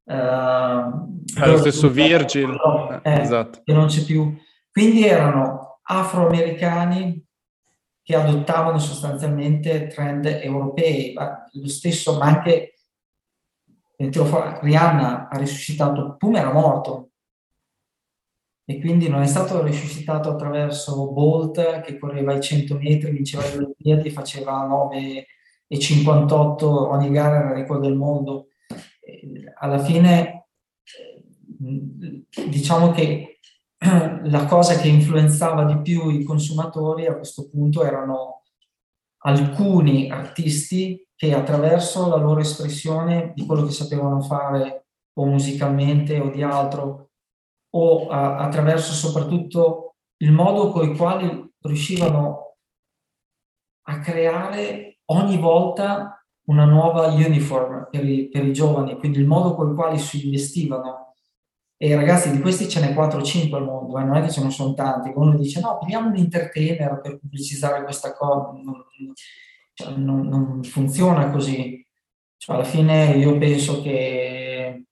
È lo stesso Virgil, eh, eh, esatto. che non c'è più. Quindi erano afroamericani che adottavano sostanzialmente trend europei, ma lo stesso, ma anche Rihanna ha risuscitato, Puma era morto, e quindi non è stato risuscitato attraverso Bolt che correva i cento metri, vinceva le Olimpiadi, faceva nove e cinquantotto ogni gara, era il record del mondo. Eh, Alla fine, eh, diciamo che la cosa che influenzava di più i consumatori a questo punto erano alcuni artisti che attraverso la loro espressione di quello che sapevano fare o musicalmente o di altro, o a, attraverso soprattutto il modo con il quale riuscivano a creare ogni volta una nuova uniform per i, per i giovani, quindi il modo con il quale si investivano. E ragazzi, di questi ce n'è quattro o cinque al mondo, eh, non è che ce ne sono tanti. Uno dice no, prendiamo un entertainer per pubblicizzare questa cosa, non, cioè, non, non funziona così. Cioè, alla fine io penso che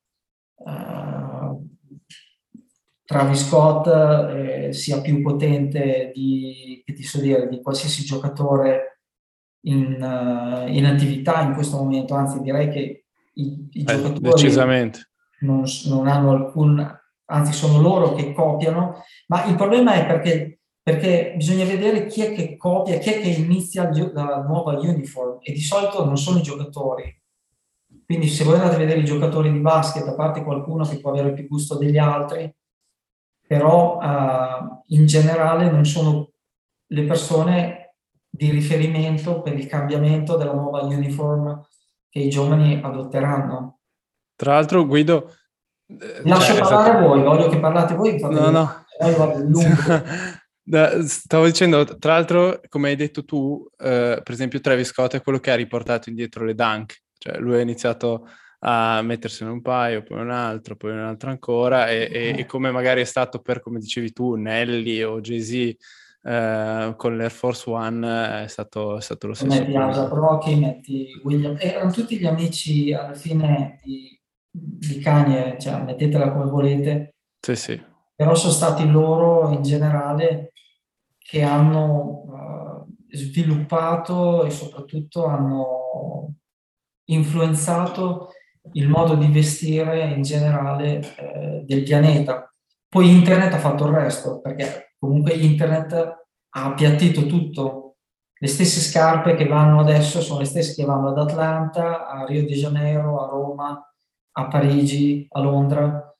uh, Travis Scott eh, sia più potente di, che ti so dire, di qualsiasi giocatore in, uh, in attività in questo momento, anzi direi che i, i Eh, giocatori decisamente. non, non hanno alcun, anzi sono loro che copiano, ma il problema è perché, perché bisogna vedere chi è che copia, chi è che inizia la nuova uniform, e di solito non sono i giocatori. Quindi se voi andate a vedere i giocatori di basket, a parte qualcuno che può avere più gusto degli altri, però uh, in generale non sono le persone di riferimento per il cambiamento della nuova uniform che i giovani adotteranno. Tra l'altro, Guido... Eh, lascio cioè, parlare stato... voi, voglio che parlate voi. Fate no, no. Io vado lungo. Stavo dicendo, tra l'altro, come hai detto tu, eh, per esempio Travis Scott è quello che ha riportato indietro le dunk. Cioè lui ha iniziato a mettersene un paio, poi un altro, poi un altro ancora, e, e, e come magari è stato per, come dicevi tu, Nelly o Jay-Z eh, con l'Air Force One, è stato, è stato lo stesso. Metti Asa Brocky, metti William, erano tutti gli amici alla fine di, di Kanye, cioè mettetela come volete. Sì, sì. Però sono stati loro in generale che hanno uh, sviluppato e soprattutto hanno influenzato il modo di vestire in generale eh, del pianeta. Poi internet ha fatto il resto, perché comunque internet ha appiattito tutto. Le stesse scarpe che vanno adesso sono le stesse che vanno ad Atlanta, a Rio de Janeiro, a Roma, a Parigi, a Londra.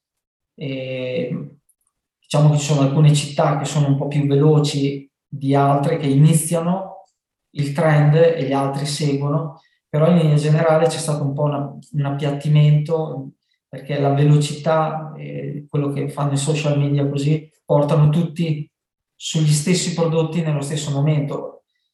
E diciamo che ci sono alcune città che sono un po' più veloci di altre, che iniziano il trend e gli altri seguono, però in linea generale c'è stato un po' una, un appiattimento, perché la velocità e quello che fanno i social media così portano tutti sugli stessi prodotti nello stesso momento.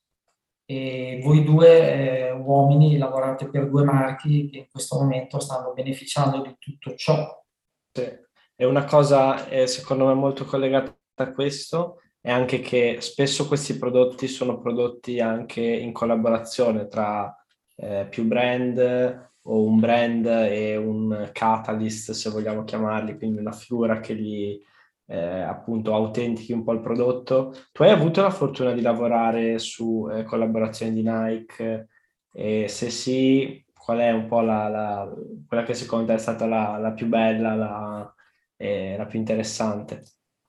E voi due eh, uomini lavorate per due marchi che in questo momento stanno beneficiando di tutto ciò. Sì. E una cosa eh, secondo me molto collegata a questo è anche che spesso questi prodotti sono prodotti anche in collaborazione tra eh, più brand, o un brand e un catalyst, se vogliamo chiamarli, quindi una figura che li eh, appunto autentichi un po' il prodotto. Tu hai avuto la fortuna di lavorare su eh, collaborazioni di Nike, e se sì, qual è un po' la, la, quella che secondo te è stata la, la più bella, la, eh, la più interessante?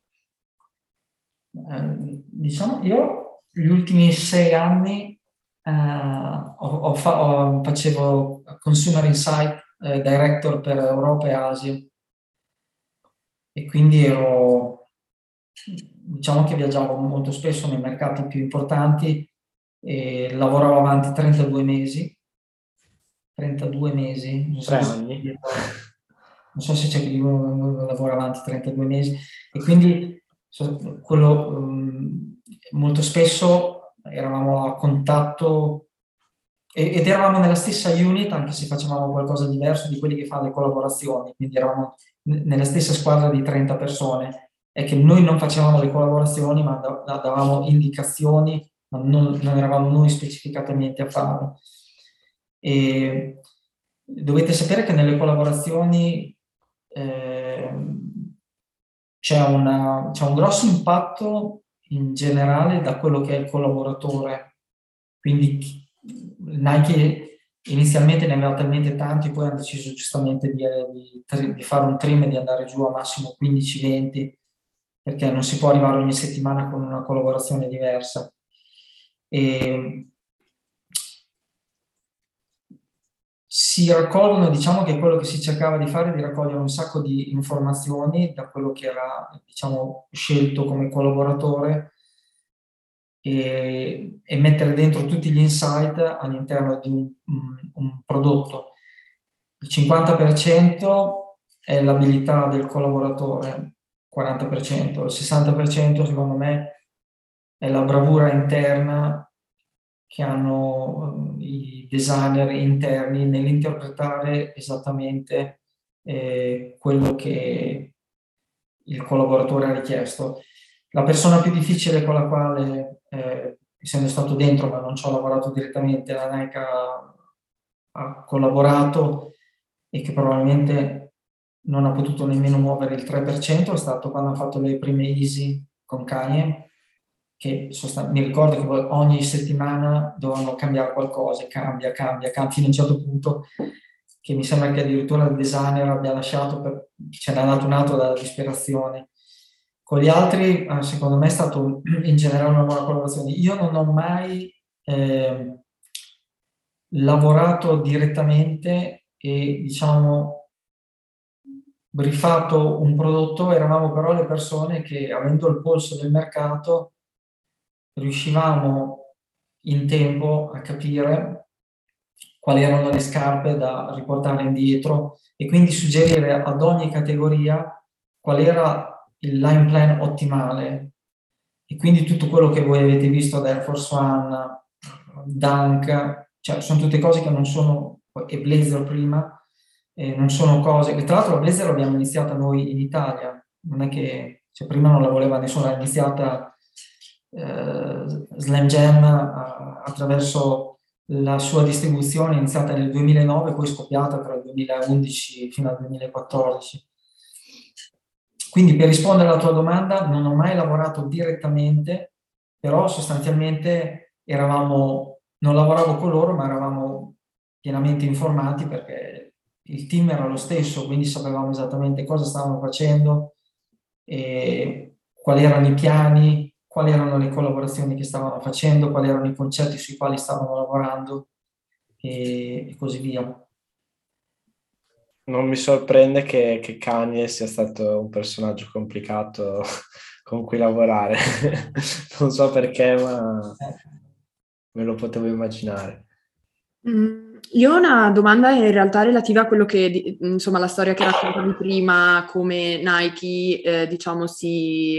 Eh, diciamo, io gli ultimi sei anni eh, ho, ho fa- ho, facevo Consumer Insight eh, Director per Europa e Asia, e quindi ero, diciamo che viaggiavo molto spesso nei mercati più importanti e lavoravo avanti trentadue mesi. trentadue mesi, non so Tre se, anni. non so se c'è chi lavora avanti trentadue mesi, e quindi quello um, molto spesso eravamo a contatto e, ed eravamo nella stessa unit, anche se facevamo qualcosa di diverso di quelli che fanno le collaborazioni, quindi eravamo nella stessa squadra di trenta persone, è che noi non facevamo le collaborazioni, ma da, da, davamo indicazioni, ma non, non eravamo noi specificatamente a farlo. E dovete sapere che nelle collaborazioni eh, c'è, una, c'è un grosso impatto in generale da quello che è il collaboratore. Quindi Nike inizialmente ne aveva talmente tanti, poi hanno deciso giustamente di, di, di fare un trim e di andare giù a massimo quindici venti, perché non si può arrivare ogni settimana con una collaborazione diversa. E si raccolgono, diciamo che quello che si cercava di fare è di raccogliere un sacco di informazioni da quello che era, diciamo, scelto come collaboratore e, e mettere dentro tutti gli insight all'interno di un, un, un prodotto. Il cinquanta per cento è l'abilità del collaboratore, quaranta per cento, il sessanta per cento secondo me è la bravura interna che hanno i designer interni nell'interpretare esattamente eh, quello che il collaboratore ha richiesto. La persona più difficile con la quale, eh, essendo stato dentro ma non ci ho lavorato direttamente, la Nike ha, ha collaborato e che probabilmente non ha potuto nemmeno muovere il tre per cento, è stato quando ha fatto le prime Easy con Kanye, che sostan- mi ricordo che ogni settimana dovevano cambiare qualcosa, cambia, cambia, cambia, fino a un certo punto che mi sembra che addirittura il designer abbia lasciato, per, ce n'è andato un altro dalla disperazione. Con gli altri, secondo me è stato in generale una buona collaborazione. Io non ho mai eh, lavorato direttamente e, diciamo, briefato un prodotto, eravamo però le persone che, avendo il polso del mercato, riuscivamo in tempo a capire quali erano le scarpe da riportare indietro e quindi suggerire ad ogni categoria qual era il line plan ottimale. E quindi tutto quello che voi avete visto da Air Force One, Dunk, cioè sono tutte cose che non sono, e Blazer prima, eh, non sono cose che tra l'altro la Blazer l'abbiamo iniziata noi in Italia, non è che cioè, prima non la voleva nessuno, l'ha iniziata Uh, Slam Jam uh, attraverso la sua distribuzione iniziata nel duemilanove, poi scoppiata tra il duemilaundici fino al duemilaquattordici. Quindi per rispondere alla tua domanda, non ho mai lavorato direttamente, però sostanzialmente eravamo, non lavoravo con loro, ma eravamo pienamente informati perché il team era lo stesso, quindi sapevamo esattamente cosa stavano facendo e quali erano i piani, quali erano le collaborazioni che stavano facendo, quali erano i concetti sui quali stavano lavorando e, e così via. Non mi sorprende che, che Kanye sia stato un personaggio complicato con cui lavorare. Non so perché, ma me lo potevo immaginare. Mm, io ho una domanda in realtà relativa a quello che, insomma, la storia che raccontavi prima, come Nike, eh, diciamo, si...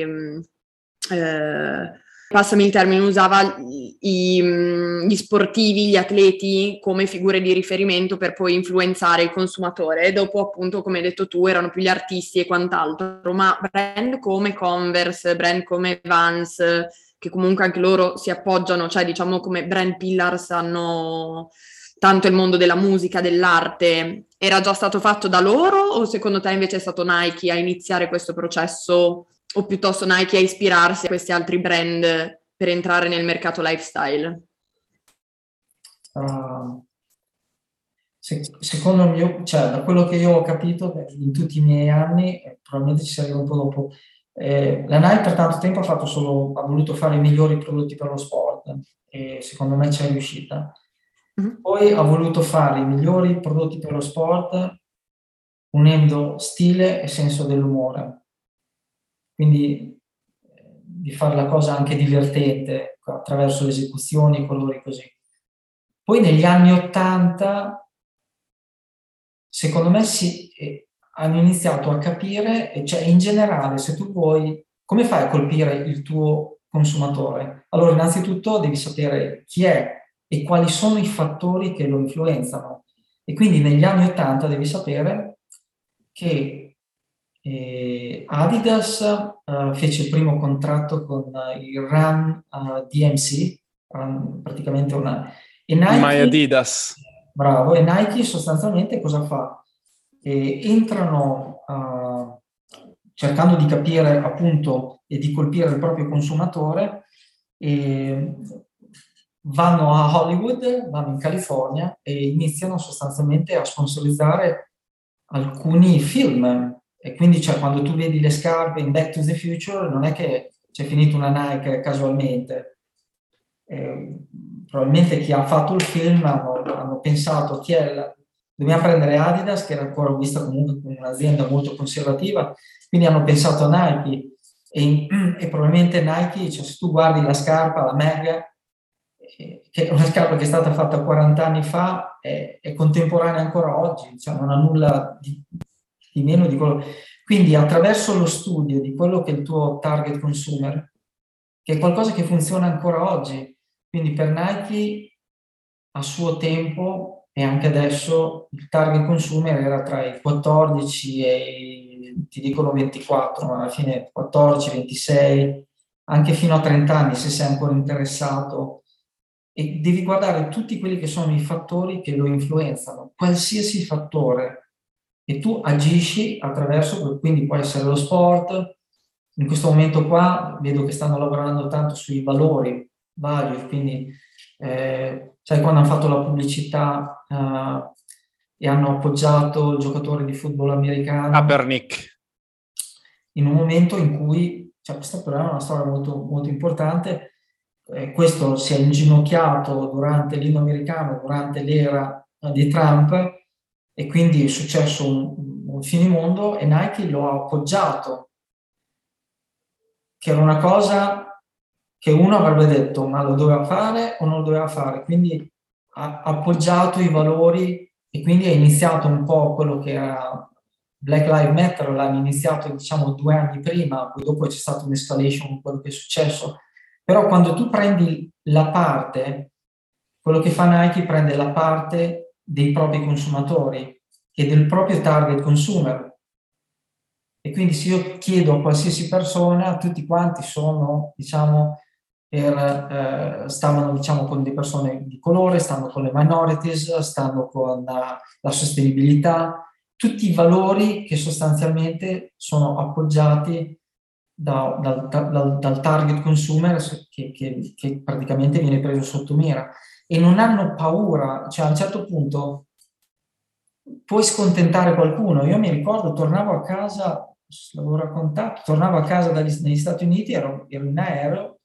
Eh, passami il termine, usava i, gli sportivi, gli atleti come figure di riferimento per poi influenzare il consumatore. E dopo, appunto, come hai detto tu, erano più gli artisti e quant'altro, ma brand come Converse, brand come Vans, che comunque anche loro si appoggiano, cioè diciamo come brand pillars hanno tanto il mondo della musica, dell'arte, era già stato fatto da loro o secondo te invece è stato Nike a iniziare questo processo o piuttosto Nike a ispirarsi a questi altri brand per entrare nel mercato lifestyle? Uh, se, secondo il mio, cioè da quello che io ho capito in tutti i miei anni, eh, probabilmente ci si arriva un po' dopo, eh, la Nike per tanto tempo ha fatto solo, ha voluto fare i migliori prodotti per lo sport e secondo me ci è riuscita. Mm-hmm. Poi ha voluto fare i migliori prodotti per lo sport unendo stile e senso dell'umore. Quindi eh, di fare la cosa anche divertente attraverso le esecuzioni e colori così. Poi negli anni Ottanta, secondo me, si, eh, hanno iniziato a capire, cioè in generale, se tu vuoi, come fai a colpire il tuo consumatore? Allora, innanzitutto devi sapere chi è e quali sono i fattori che lo influenzano. E quindi negli anni Ottanta devi sapere che E Adidas uh, fece il primo contratto con uh, il Run uh, D M C, um, praticamente una... E Nike, My Adidas. Bravo, e Nike sostanzialmente cosa fa? E entrano uh, cercando di capire appunto e di colpire il proprio consumatore, e vanno a Hollywood, vanno in California e iniziano sostanzialmente a sponsorizzare alcuni film. E quindi cioè, quando tu vedi le scarpe in Back to the Future non è che c'è finita una Nike casualmente. Eh, probabilmente chi ha fatto il film hanno, hanno pensato chi è la, dobbiamo prendere Adidas, che era ancora vista comunque come un'azienda molto conservativa, quindi hanno pensato a Nike e, e probabilmente Nike, cioè, se tu guardi la scarpa, la Mag, eh, che è una scarpa che è stata fatta quaranta anni fa, è, è contemporanea ancora oggi, cioè non ha nulla di, di meno di quello. Quindi attraverso lo studio di quello che è il tuo target consumer, che è qualcosa che funziona ancora oggi, quindi per Nike a suo tempo e anche adesso il target consumer era tra i quattordici e ti dicono ventiquattro, ma alla fine quattordici, ventisei, anche fino a trenta anni se sei ancora interessato, e devi guardare tutti quelli che sono i fattori che lo influenzano, qualsiasi fattore, e tu agisci attraverso, quindi può essere lo sport. In questo momento qua vedo che stanno lavorando tanto sui valori, value, quindi eh, sai quando hanno fatto la pubblicità eh, e hanno appoggiato il giocatore di football americano Kaepernick, in un momento in cui, cioè, questa però è una storia molto, molto importante, eh, questo si è inginocchiato durante l'inno americano, durante l'era eh, di Trump, e quindi è successo un, un finimondo e Nike lo ha appoggiato, che era una cosa che uno avrebbe detto ma lo doveva fare o non lo doveva fare, quindi ha appoggiato i valori e quindi è iniziato un po' quello che era Black Lives Matter, l'hanno iniziato diciamo due anni prima, poi dopo c'è stato un'escalation con quello che è successo, però quando tu prendi la parte, quello che fa Nike prende la parte dei propri consumatori e del proprio target consumer. E quindi se io chiedo a qualsiasi persona, tutti quanti sono, diciamo, per, eh, stavano diciamo, con le persone di colore, stanno con le minorities, stanno con la, la sostenibilità, tutti i valori che sostanzialmente sono appoggiati da, da, da, dal target consumer che, che, che praticamente viene preso sotto mira. E non hanno paura, cioè a un certo punto puoi scontentare qualcuno. Io mi ricordo, tornavo a casa, l'avevo raccontato, tornavo a casa dagli, negli Stati Uniti, ero, ero in aereo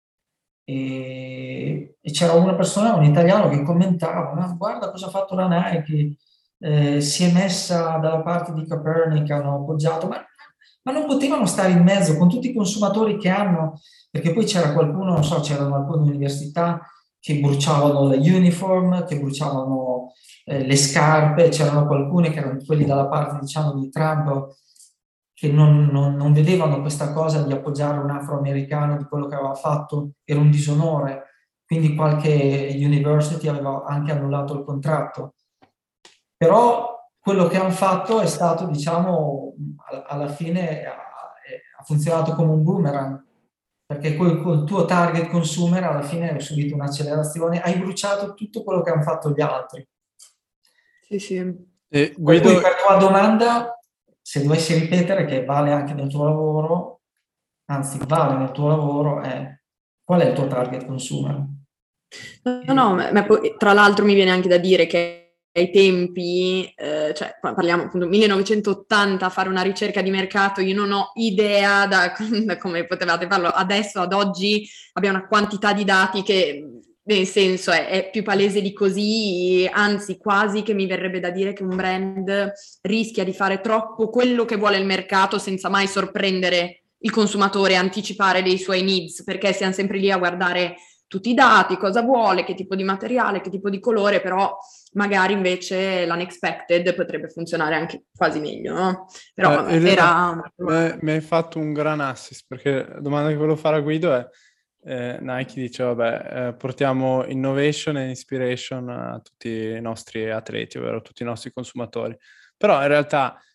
e, e c'era una persona, un italiano, che commentava, ma guarda cosa ha fatto la Nike, eh, si è messa dalla parte di Kaepernick, hanno appoggiato, ma, ma non potevano stare in mezzo con tutti i consumatori che hanno, perché poi c'era qualcuno, non so, c'erano alcune università che bruciavano le uniform, che bruciavano eh, le scarpe, c'erano alcune che erano quelli dalla parte, diciamo, di Trump, che non, non, non vedevano questa cosa di appoggiare un afroamericano, di quello che aveva fatto, era un disonore, quindi qualche university aveva anche annullato il contratto. Però quello che hanno fatto è stato, diciamo, alla fine ha, ha funzionato come un boomerang, perché col, col tuo target consumer alla fine hai subito un'accelerazione, hai bruciato tutto quello che hanno fatto gli altri. Sì, sì. E Guido... Guido... Per tua domanda, se dovessi ripetere, che vale anche nel tuo lavoro, anzi vale nel tuo lavoro, è qual è il tuo target consumer? No, no, ma, ma poi, tra l'altro mi viene anche da dire che ai tempi, eh, cioè parliamo appunto millenovecentottanta, fare una ricerca di mercato, io non ho idea da, da come potevate farlo. Adesso, ad oggi, abbiamo una quantità di dati che, nel senso, è, è più palese di così, anzi quasi che mi verrebbe da dire che un brand rischia di fare troppo quello che vuole il mercato senza mai sorprendere il consumatore, anticipare dei suoi needs, perché siamo sempre lì a guardare tutti i dati, cosa vuole, che tipo di materiale, che tipo di colore, però magari invece l'unexpected potrebbe funzionare anche quasi meglio, no? Però eh, vabbè, Elena, era... mi hai fatto un gran assist, perché la domanda che volevo fare a Guido è eh, Nike dice, vabbè, eh, portiamo innovation e inspiration a tutti i nostri atleti, ovvero a tutti i nostri consumatori. Però in realtà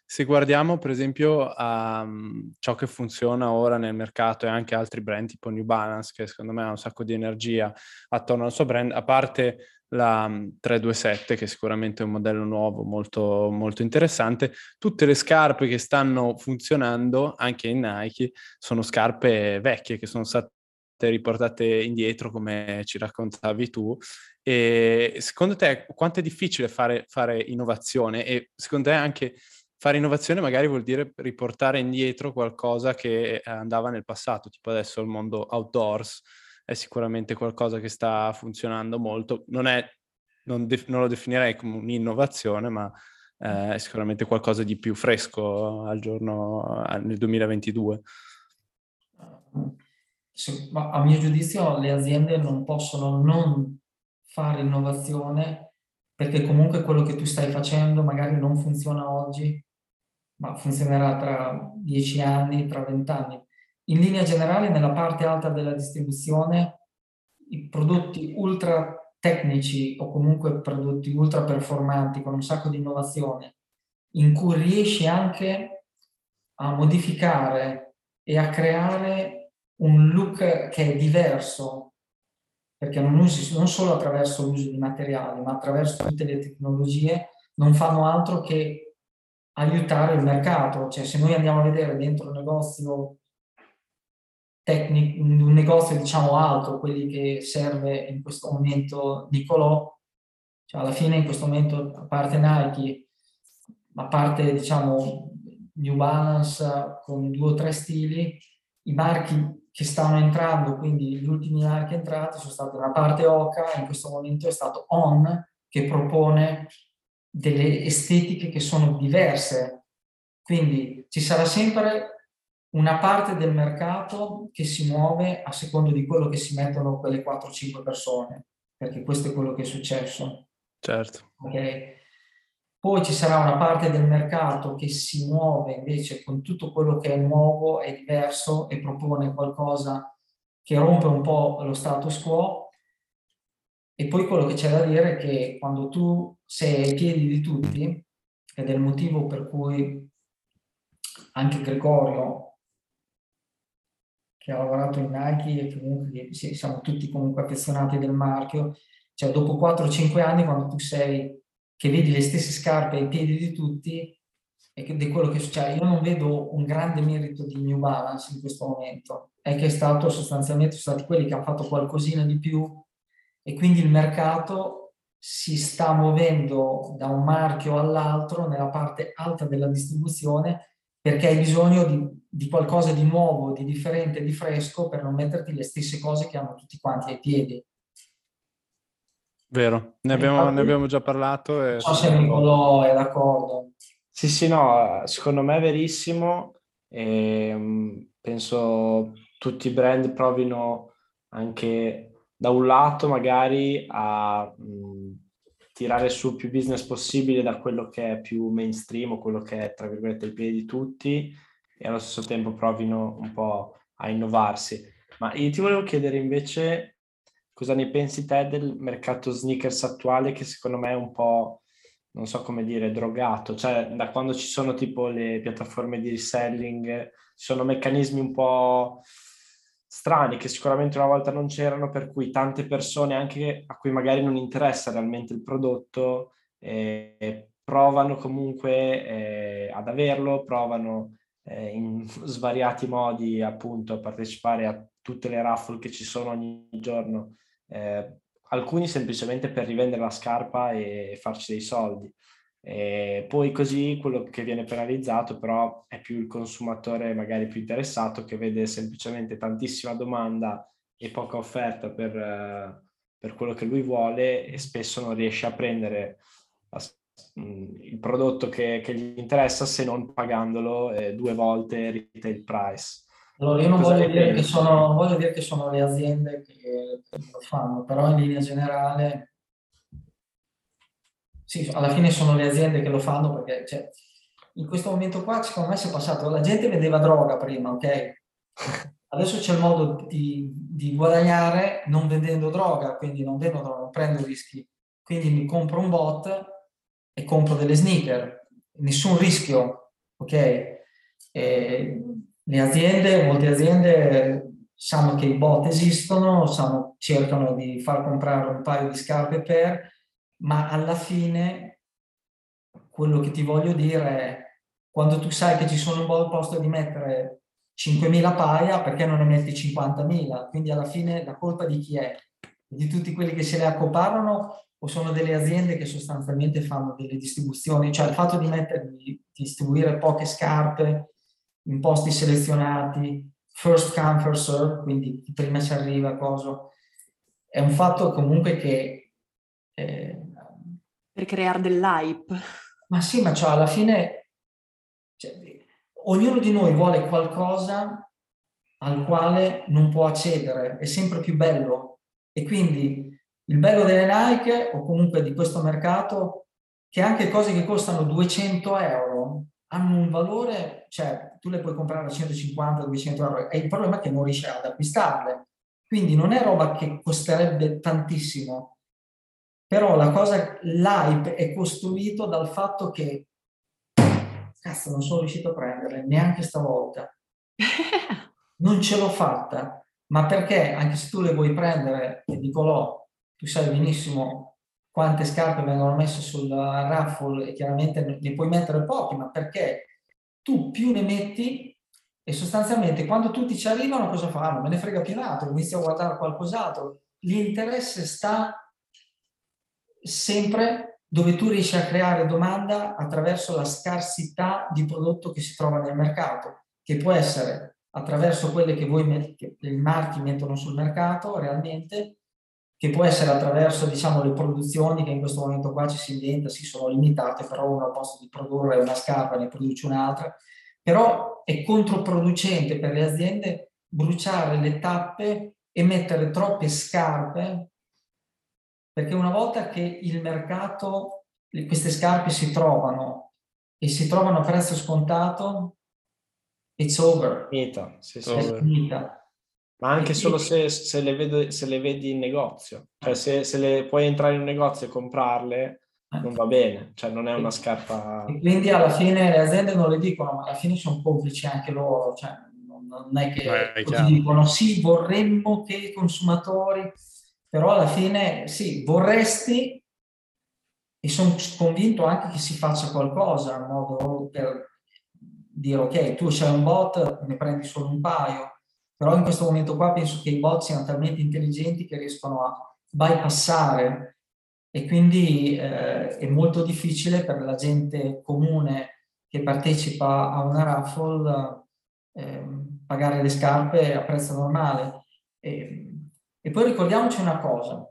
se guardiamo per esempio a um, ciò che funziona ora nel mercato e anche altri brand tipo New Balance, che secondo me ha un sacco di energia attorno al suo brand, a parte la um, trecentoventisette, che sicuramente è un modello nuovo molto, molto interessante, tutte le scarpe che stanno funzionando anche in Nike sono scarpe vecchie che sono state riportate indietro, come ci raccontavi tu. E secondo te quanto è difficile fare, fare innovazione? E secondo te anche fare innovazione magari vuol dire riportare indietro qualcosa che andava nel passato, tipo adesso il mondo outdoors è sicuramente qualcosa che sta funzionando molto. Non è, non, def- non lo definirei come un'innovazione, ma eh, è sicuramente qualcosa di più fresco al giorno, nel duemilaventidue. Se- ma a mio giudizio le aziende non possono non fare innovazione, perché comunque quello che tu stai facendo magari non funziona oggi, ma funzionerà tra dieci anni, tra vent'anni. In linea generale, nella parte alta della distribuzione, i prodotti ultra tecnici o comunque prodotti ultra performanti con un sacco di innovazione, in cui riesci anche a modificare e a creare un look che è diverso, perché non usi non solo attraverso l'uso di materiali, ma attraverso tutte le tecnologie, non fanno altro che aiutare il mercato. Cioè, se noi andiamo a vedere dentro un negozio tecnico, un negozio diciamo alto, quelli che serve in questo momento Nicolò, cioè alla fine in questo momento, a parte Nike, a parte diciamo New Balance con due o tre stili, i marchi che stanno entrando, quindi gli ultimi marchi entrati sono stati una parte Oka, in questo momento è stato On, che propone delle estetiche che sono diverse. Quindi ci sarà sempre una parte del mercato che si muove a secondo di quello che si mettono quelle quattro cinque persone, perché questo è quello che è successo. Certo. Okay? Poi ci sarà una parte del mercato che si muove invece con tutto quello che è nuovo e diverso e propone qualcosa che rompe un po' lo status quo. E poi quello che c'è da dire è che quando tu sei ai piedi di tutti, ed è il motivo per cui anche Gregorio, che ha lavorato in Nike e comunque sì, siamo tutti comunque affezionati del marchio, cioè dopo quattro cinque anni quando tu sei, che vedi le stesse scarpe ai piedi di tutti, e che di quello che succede, io non vedo un grande merito di New Balance in questo momento, è che è stato sostanzialmente, sono stati quelli che hanno fatto qualcosina di più e quindi il mercato si sta muovendo da un marchio all'altro nella parte alta della distribuzione perché hai bisogno di, di qualcosa di nuovo, di differente, di fresco per non metterti le stesse cose che hanno tutti quanti ai piedi. Vero, ne abbiamo, Infatti, ne abbiamo già parlato e non so se sono d'accordo. Nicolò è d'accordo. Sì, sì, no, secondo me è verissimo. E, mh, penso tutti i brand provino anche da un lato magari a mh, tirare su più business possibile da quello che è più mainstream o quello che è tra virgolette il piede di tutti e allo stesso tempo provino un po' a innovarsi. Ma io ti volevo chiedere invece cosa ne pensi te del mercato sneakers attuale che secondo me è un po', non so come dire, drogato, cioè da quando ci sono tipo le piattaforme di reselling, ci sono meccanismi un po' strani che sicuramente una volta non c'erano, per cui tante persone anche a cui magari non interessa realmente il prodotto eh, provano comunque eh, ad averlo, provano eh, in svariati modi appunto a partecipare a tutte le raffle che ci sono ogni giorno. Eh, alcuni semplicemente per rivendere la scarpa e farci dei soldi. E poi così quello che viene penalizzato però è più il consumatore magari più interessato che vede semplicemente tantissima domanda e poca offerta per, eh, per quello che lui vuole e spesso non riesce a prendere la, il prodotto che, che gli interessa se non pagandolo eh, due volte retail price. Allora, io non Cosa voglio ne dire che pensi? sono, non voglio dire che sono le aziende che, che lo fanno, però in linea generale, sì, alla fine sono le aziende che lo fanno perché cioè, in questo momento qua, secondo me, si è passato, la gente vendeva droga prima, ok? Adesso c'è il modo di, di guadagnare non vendendo droga, quindi non vendo droga, non prendo rischi. Quindi mi compro un bot e compro delle sneaker, nessun rischio. ok? E le aziende, molte aziende sanno che i bot esistono, sanno, cercano di far comprare un paio di scarpe per, ma alla fine quello che ti voglio dire è, quando tu sai che ci sono un buon posto di mettere cinquemila paia, perché non ne metti cinquantamila? Quindi alla fine la colpa di chi è? Di tutti quelli che se le accoparano, o sono delle aziende che sostanzialmente fanno delle distribuzioni? Cioè il fatto di mettere, di distribuire poche scarpe in posti selezionati, first come, first serve, quindi chi prima ci arriva, cosa, è un fatto comunque che... Eh, per creare dell'hype. Ma sì, ma cioè alla fine cioè, ognuno di noi vuole qualcosa al quale non può accedere, è sempre più bello. E quindi il bello delle Nike, o comunque di questo mercato, che anche cose che costano duecento euro hanno un valore, cioè tu le puoi comprare a centocinquanta duecento euro, e il problema è che non riesci ad acquistarle. Quindi non è roba che costerebbe tantissimo, però la cosa, l'hype è costruito dal fatto che cazzo, non sono riuscito a prenderle neanche stavolta. Non ce l'ho fatta, ma perché anche se tu le vuoi prendere, e dico no, tu sai benissimo quante scarpe vengono messe sul raffle e chiaramente ne puoi mettere pochi, ma perché tu più ne metti e sostanzialmente quando tutti ci arrivano cosa fanno? Me ne frega più un altro, inizio a guardare qualcos'altro. L'interesse sta sempre dove tu riesci a creare domanda attraverso la scarsità di prodotto che si trova nel mercato, che può essere attraverso quelle che voi che i marchi mettono sul mercato realmente, che può essere attraverso, diciamo, le produzioni che in questo momento qua ci si inventa, si sono limitate, però uno al posto di produrre una scarpa ne produce un'altra, però è controproducente per le aziende bruciare le tappe e mettere troppe scarpe, perché una volta che il mercato, queste scarpe si trovano e si trovano a prezzo scontato, it's over. Finita, sì, sì. È Over. finita. Ma anche E solo quindi- se, se, le vedo, se le vedi in negozio, cioè se, se le puoi entrare in un negozio e comprarle, non va bene, cioè non è una scarpa... E quindi alla fine le aziende non le dicono, ma alla fine sono complici anche loro, cioè non, non è che Eh, è ti chiaro. dicono sì, vorremmo che i consumatori, però alla fine sì, vorresti, e sono convinto anche che si faccia qualcosa in modo per dire ok, tu c'hai un bot, ne prendi solo un paio, però in questo momento qua penso che i bot siano talmente intelligenti che riescono a bypassare, e quindi eh, è molto difficile per la gente comune che partecipa a una raffle eh, pagare le scarpe a prezzo normale. E, e poi ricordiamoci una cosa.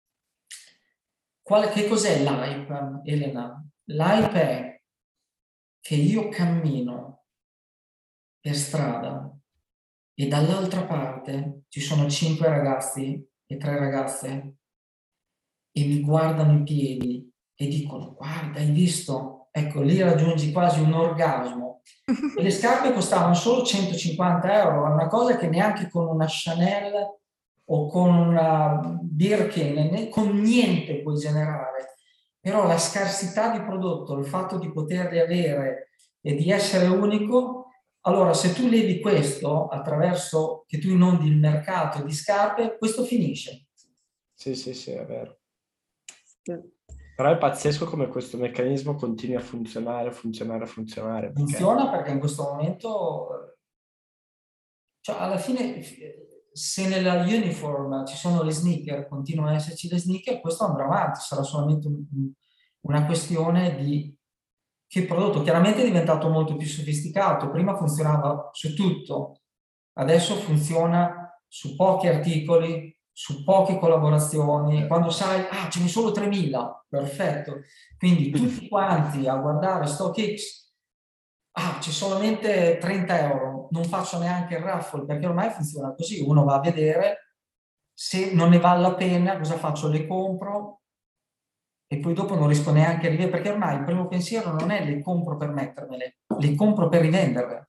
Qual, che cos'è l'hype, Elena? L'hype è che io cammino per strada e dall'altra parte ci sono cinque ragazzi e tre ragazze e mi guardano i piedi e dicono guarda, hai visto? Ecco, lì raggiungi quasi un orgasmo. E le scarpe costavano solo centocinquanta euro, è una cosa che neanche con una Chanel o con una Birkin, con niente puoi generare. Però la scarsità di prodotto, il fatto di poterli avere e di essere unico, allora se tu levi questo attraverso che tu inondi il mercato di scarpe, questo finisce. Sì, sì, sì, è vero. Sì. Però è pazzesco come questo meccanismo continui a funzionare, funzionare, funzionare. Perché... Funziona perché in questo momento, cioè alla fine, se nella uniform ci sono le sneaker, continuano ad esserci le sneaker, questo andrà avanti, sarà solamente un, una questione di che prodotto. Chiaramente è diventato molto più sofisticato, prima funzionava su tutto, adesso funziona su pochi articoli, su poche collaborazioni, quando sai, ah, ce ne sono tremila, perfetto, quindi tutti quanti a guardare StockX, ah, c'è solamente trenta euro, non faccio neanche il raffle, perché ormai funziona così, uno va a vedere, se non ne vale la pena, cosa faccio? Le compro e poi dopo non riesco neanche a rivedere, perché ormai il primo pensiero non è le compro per mettermele, le compro per rivenderle.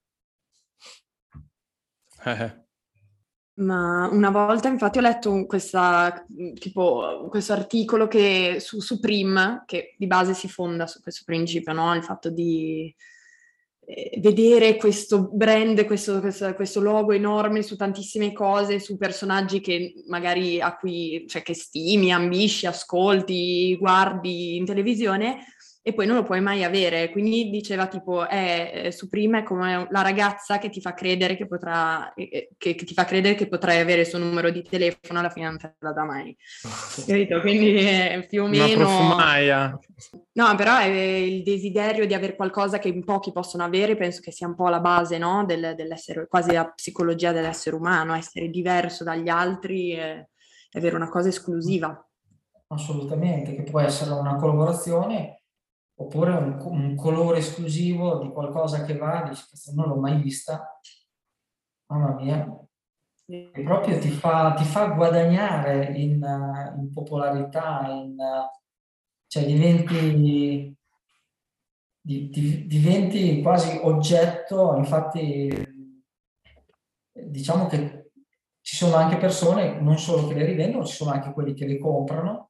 Eh, Ma una volta infatti ho letto questa, tipo, questo articolo che, su Supreme, che di base si fonda su questo principio, no? Il fatto di eh, vedere questo brand, questo, questo, questo logo enorme su tantissime cose, su personaggi che magari a cui, cioè che stimi, ambisci, ascolti, guardi in televisione, e poi non lo puoi mai avere. Quindi diceva tipo, eh, su Prima è come la ragazza che ti fa credere che potrà, eh, che, che ti fa credere che potrai avere il suo numero di telefono, alla fine non te la dà mai. Capito? Quindi eh, più o Una meno... profumaia. No, però è il desiderio di avere qualcosa che in pochi possono avere, penso che sia un po' la base, no? Del, dell'essere, quasi la psicologia dell'essere umano, essere diverso dagli altri e avere una cosa esclusiva. Assolutamente, che può essere una collaborazione oppure un, un colore esclusivo di qualcosa che va, dici, "Questa non l'ho mai vista, mamma mia", e proprio ti fa, ti fa guadagnare in, uh, in popolarità, in, uh, cioè diventi, di, di- diventi quasi oggetto. Infatti diciamo che ci sono anche persone, non solo che le rivendono, ci sono anche quelli che le comprano,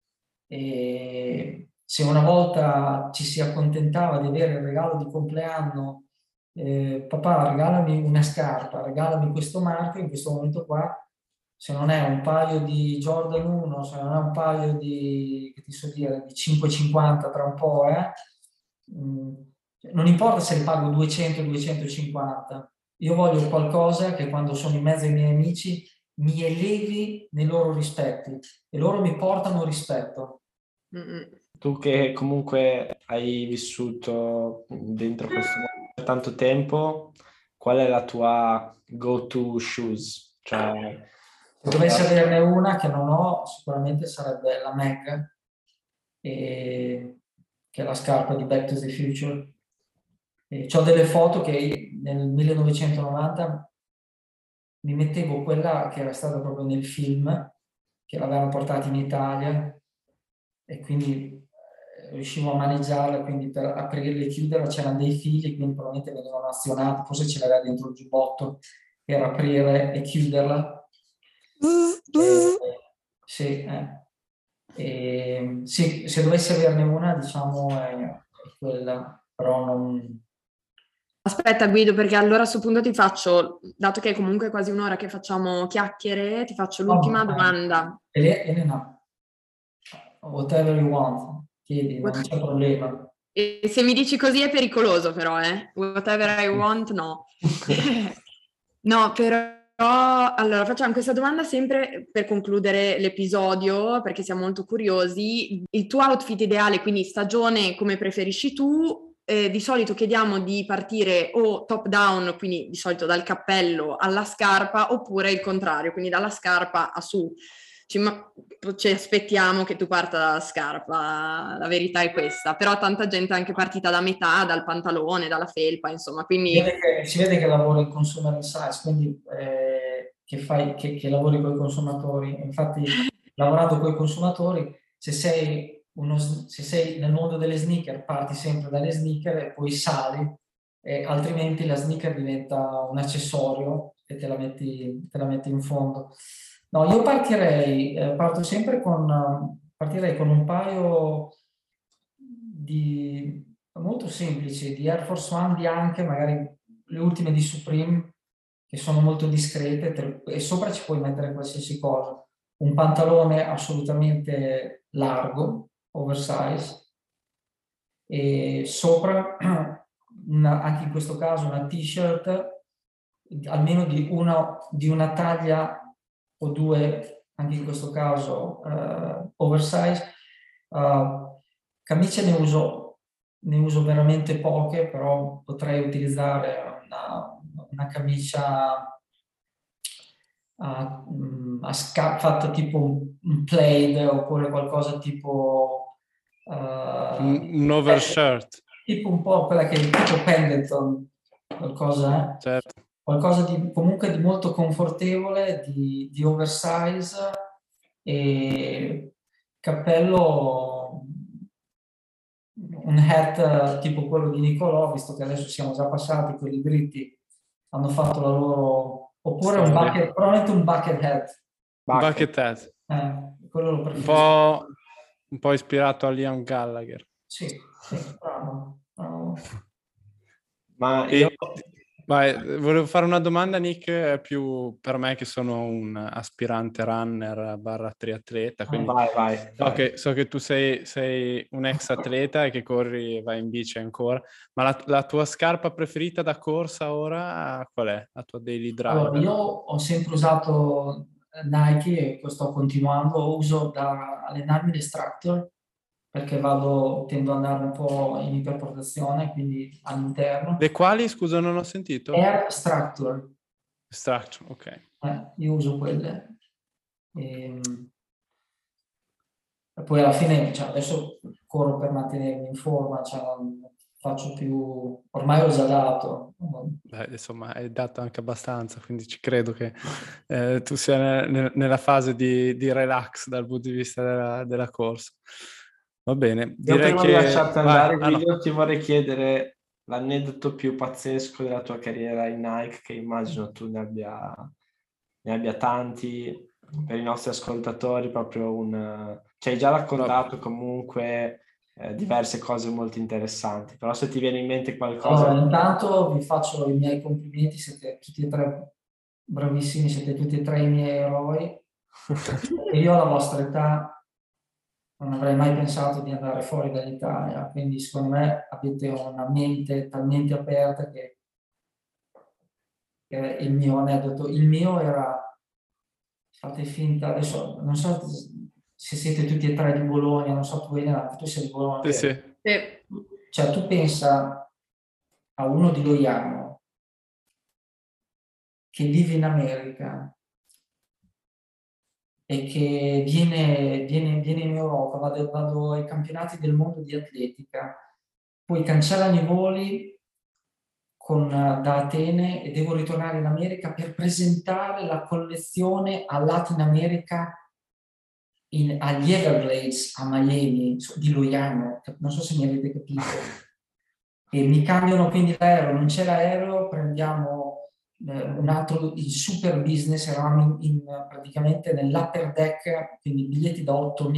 e se una volta ci si accontentava di avere il regalo di compleanno, eh, papà regalami una scarpa, regalami questo marchio, in questo momento qua, se non è un paio di Jordan uno, se non è un paio di, che ti so dire, di cinque e cinquanta tra un po', eh, mh, non importa se li pago duecento duecentocinquanta, io voglio qualcosa che quando sono in mezzo ai miei amici mi elevi nei loro rispetti e loro mi portano rispetto. Mm-mm. Tu che comunque hai vissuto dentro questo mondo per tanto tempo, qual è la tua go-to shoes? Cioè, se dovessi averne una che non ho, sicuramente sarebbe la Meg, e, che è la scarpa di Back to the Future. E ho delle foto che nel millenovecentonovanta mi mettevo quella che era stata proprio nel film, che l'avevano portata in Italia, e quindi eh, riuscivo a maneggiarla, quindi per aprirla e chiuderla c'erano dei fili, quindi probabilmente venivano azionati, forse ce l'aveva dentro il giubbotto per aprire e chiuderla. E, sì, eh. E, sì, se dovessi averne una, diciamo, è, è quella, però non... Aspetta Guido, perché allora a questo punto ti faccio, dato che è comunque quasi un'ora che facciamo chiacchiere, ti faccio l'ultima no, domanda. Ele- Elena, whatever you want, chiedi, non c'è problema. E se mi dici così è pericoloso però, eh? Whatever I want, no. No, però allora facciamo questa domanda sempre per concludere l'episodio, perché siamo molto curiosi. Il tuo outfit ideale, quindi stagione come preferisci tu, eh, di solito chiediamo di partire o top down, quindi di solito dal cappello alla scarpa, oppure il contrario, quindi dalla scarpa a su. Ci, ma- ci aspettiamo che tu parta dalla scarpa, la verità è questa, però tanta gente è anche partita da metà, dal pantalone, dalla felpa, insomma, Si quindi... vede che, si vede che lavori in consumer insights, quindi eh, che, fai, che, che lavori con i consumatori. Infatti, lavorando con i consumatori, se sei, uno, se sei nel mondo delle sneaker, parti sempre dalle sneaker e poi sali, e altrimenti la sneaker diventa un accessorio e te la metti, te la metti in fondo. No, io partirei, eh, parto sempre con, partirei con un paio di molto semplici, di Air Force One bianche, magari le ultime di Supreme, che sono molto discrete, te- e sopra ci puoi mettere qualsiasi cosa. Un pantalone assolutamente largo, oversize, e sopra, una- anche in questo caso, una t-shirt, almeno di una, di una taglia o due, anche in questo caso eh, oversize. Uh, camicie ne uso, ne uso veramente poche, però potrei utilizzare una, una camicia a, a sca- fatta tipo un, un plaid, oppure qualcosa tipo uh, Un, un overshirt. tipo un po' quella che è il tipo Pendleton, qualcosa, eh? Certo. Qualcosa di comunque di molto confortevole, di, di oversize, e cappello, un hat tipo quello di Nicolò, visto che adesso siamo già passati, quelli dritti hanno fatto la loro, oppure un Storia. bucket, probabilmente un bucket hat. Bucket. Bucket hat. Eh, quello lo Un preferisco. po', un po' ispirato a Liam Gallagher. Sì, sì, bravo, bravo. Ma E, io... vai, volevo fare una domanda, Nick, più per me che sono un aspirante runner barra triatleta, quindi Vai, vai, so vai. che, so che tu sei, sei un ex atleta e che corri e vai in bici ancora, ma la, la tua scarpa preferita da corsa ora qual è? La tua daily Allora, driver? io ho sempre usato Nike e sto continuando, uso da allenarmi le Structure perché vado, tendo ad andare un po' in iperprotezione, quindi all'interno. Le quali, scusa, non ho sentito? Air Structure, Structure, ok. eh, io uso quelle. E, e poi alla fine, cioè, adesso corro per mantenermi in forma, cioè, non faccio più, ormai ho già dato. Beh, insomma, hai dato anche abbastanza, quindi ci credo che eh, tu sia ne- ne- nella fase di, di relax dal punto di vista della, della corsa. Va bene, Io direi prima di che... lasciarti Vai, andare, ah no, Guido, ti vorrei chiedere l'aneddoto più pazzesco della tua carriera in Nike, che immagino tu ne abbia, ne abbia tanti. Per i nostri ascoltatori, proprio un... Ci hai già raccontato comunque eh, diverse cose molto interessanti, però se ti viene in mente qualcosa... Allora, intanto vi faccio i miei complimenti, siete tutti e tre bravissimi, siete tutti e tre i miei eroi. E io alla vostra età non avrei mai pensato di andare fuori dall'Italia, quindi secondo me avete una mente talmente aperta che, che il mio aneddoto, il mio era, fate finta, adesso non so se siete tutti e tre di Bologna, non so tu Elena, anche tu sei di Bologna, sì, vero? sì. Sì. Cioè tu pensa a uno di Loiano che vive in America e che viene, viene, viene in Europa, vado, vado ai campionati del mondo di atletica, poi cancellano i voli con, da Atene e devo ritornare in America per presentare la collezione a Latin America in, agli Everglades a Miami di Loiano, non so se mi avete capito. E mi cambiano quindi l'aereo, non c'è l'aereo, prendiamo eh, un altro, il super business, eravamo in, in, praticamente nell'upper deck, quindi biglietti da otto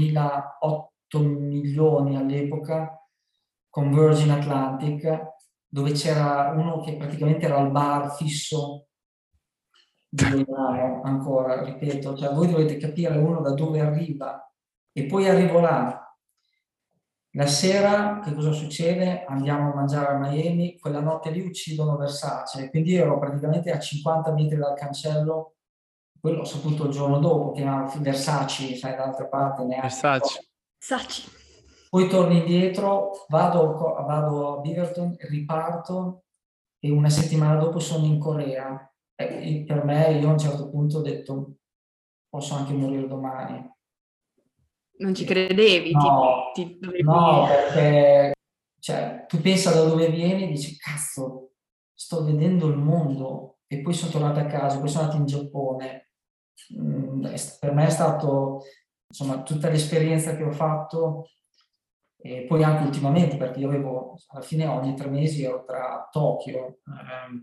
milioni all'epoca, con Virgin Atlantic, dove c'era uno che praticamente era al bar fisso di Loiano, ancora, ripeto, cioè voi dovete capire uno da dove arriva e poi arrivo là. La sera, che cosa succede? Andiamo a mangiare a Miami, quella notte lì uccidono Versace, quindi io ero praticamente a cinquanta metri dal cancello, poi l'ho saputo il giorno dopo che erano Versace, sai, dall'altra parte neanche. Versace. Saci. Poi torno indietro, vado, vado a Beaverton, riparto e una settimana dopo sono in Corea. E per me, io a un certo punto ho detto, posso anche morire domani. Non ci credevi? No, Ti, ti dovevi... no, perché cioè, tu pensa da dove vieni e dici, cazzo, sto vedendo il mondo. E poi sono tornato a casa, poi sono andato in Giappone. Mm, per me è stato, insomma, tutta l'esperienza che ho fatto, e poi anche ultimamente, perché io avevo, alla fine ogni tre mesi ero tra Tokyo, ehm,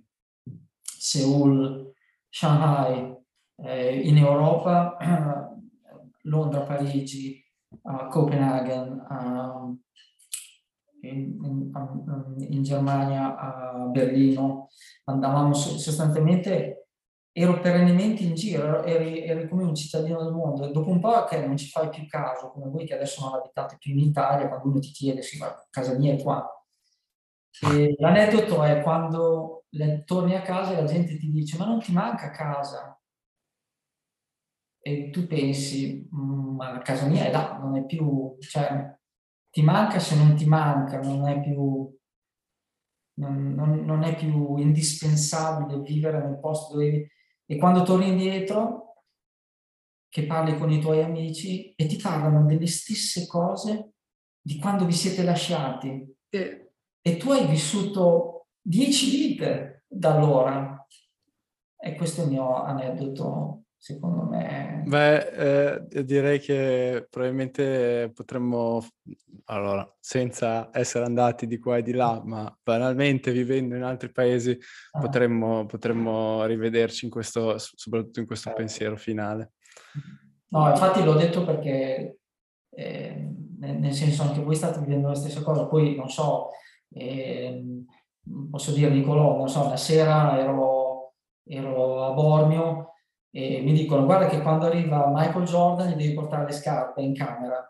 Seoul, Shanghai, eh, in Europa, Londra, Parigi, a Copenaghen, a, in, in, in Germania, a Berlino, andavamo sostanzialmente, ero perennemente in giro, eri, eri come un cittadino del mondo e dopo un po' che non ci fai più caso, come voi che adesso non abitate più in Italia, quando uno ti chiede, sì, ma casa mia è qua. E l'aneddoto è quando le, torni a casa e la gente ti dice, ma non ti manca casa? E tu pensi, ma casa mia è là, non è più, cioè, ti manca se non ti manca, non è più, non, non, non è più indispensabile vivere nel posto dove... E quando torni indietro, che parli con i tuoi amici e ti parlano delle stesse cose di quando vi siete lasciati. Sì. E tu hai vissuto dieci vite da allora. E questo è il mio aneddoto, secondo me. Beh, eh, direi che probabilmente potremmo, allora, senza essere andati di qua e di là, ma banalmente vivendo in altri paesi, Ah. potremmo, potremmo rivederci in questo, soprattutto in questo Eh. pensiero finale. No, infatti l'ho detto perché, eh, nel senso, anche voi state vivendo la stessa cosa, poi non so, eh, posso dire Nicolò, non so, una sera ero, ero a Bormio e mi dicono guarda che quando arriva Michael Jordan gli devi portare le scarpe in camera.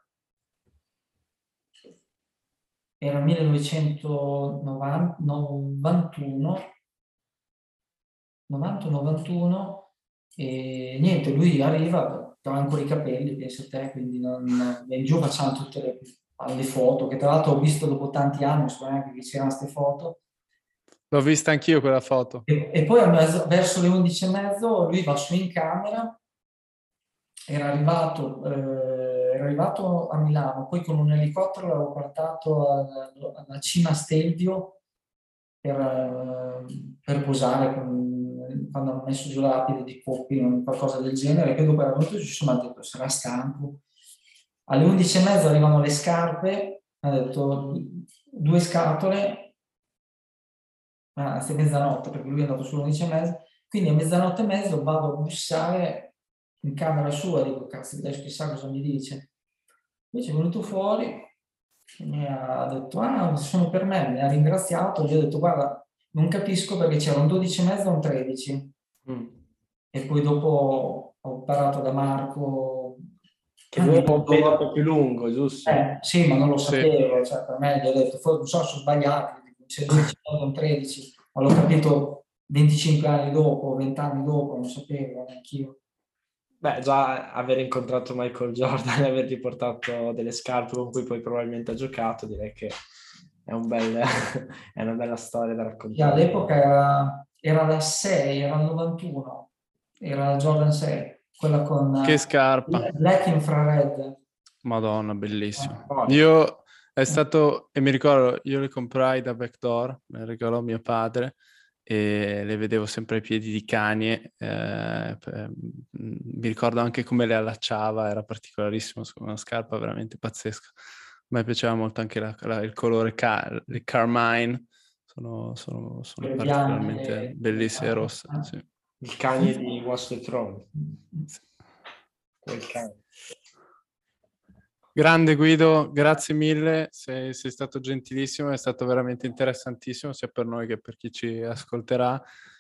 Era millenovecentonovantuno novanta novantuno e niente, lui arriva, aveva ancora i capelli, penso a te, quindi non, in giù facciamo tutte le, le foto, che tra l'altro ho visto dopo tanti anni, so neanche che c'erano queste foto. L'ho vista anch'io quella foto. E, e poi mezzo, verso le undici e mezzo lui va su in camera, era arrivato, eh, era arrivato a Milano, poi con un elicottero l'avevo portato alla, alla Cima Stelvio per, per posare con, quando hanno messo giù la lapide di Coppi o qualcosa del genere, che dopo era venuto giù, mi ha detto sarà stanco. Alle undici e mezza arrivano le scarpe, ha detto due scatole, anzi a mezzanotte, perché lui è andato sulle undici e mezza, quindi a mezzanotte e mezzo vado a bussare in camera sua, dico cazzo, adesso chissà cosa mi dice. Invece è venuto fuori e mi ha detto ah, sono per me, mi ha ringraziato, gli ho detto guarda, non capisco perché c'era un dodici e mezzo e un tredici. Mm. E poi dopo ho imparato da Marco che aveva un pelo un po' più lungo, giusto? Eh, sì, ma non lo sapevo, sì. Cioè, per me gli ho detto, non so, sono sbagliato, c'è dodici e mezzo e un tredici, ma l'ho capito venticinque anni dopo, venti anni dopo, non sapevo neanch'io. Beh, già aver incontrato Michael Jordan e avergli portato delle scarpe con cui poi probabilmente ha giocato, direi che è, un bel, è una bella storia da raccontare. Sì, all'epoca era, era la sei, era il novantuno, era la Jordan sei, quella con che scarpa. Black Infrared. Madonna, bellissimo. Ah, io è stato, e mi ricordo, io le comprai da Backdoor, me le regalò mio padre, e le vedevo sempre ai piedi di Kanye, eh, mi ricordo anche come le allacciava, era particolarissimo, una scarpa veramente pazzesca. A me piaceva molto anche la, la, il colore car, il carmine, sono, sono, sono particolarmente bianche, bellissime e rosse. Sì. Il Kanye di Watch the Throne. Sì. Quel Kanye. Grande Guido, grazie mille, sei, sei stato gentilissimo, è stato veramente interessantissimo sia per noi che per chi ci ascolterà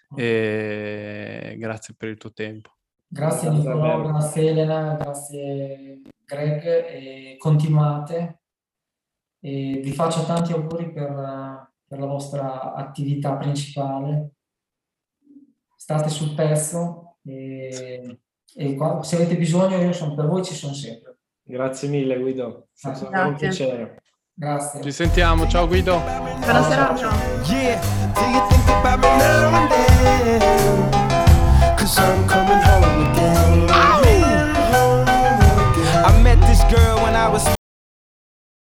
e grazie per il tuo tempo. Grazie Nicolò, grazie Elena, grazie Greg e continuate e vi faccio tanti auguri per, per la vostra attività principale, state sul pezzo e, e se avete bisogno io sono per voi, ci sono sempre. Grazie mille Guido, è stato un piacere. Grazie. Ci sentiamo, ciao Guido. Buona serata. Yeah, do you think about me now and then? 'Cause I'm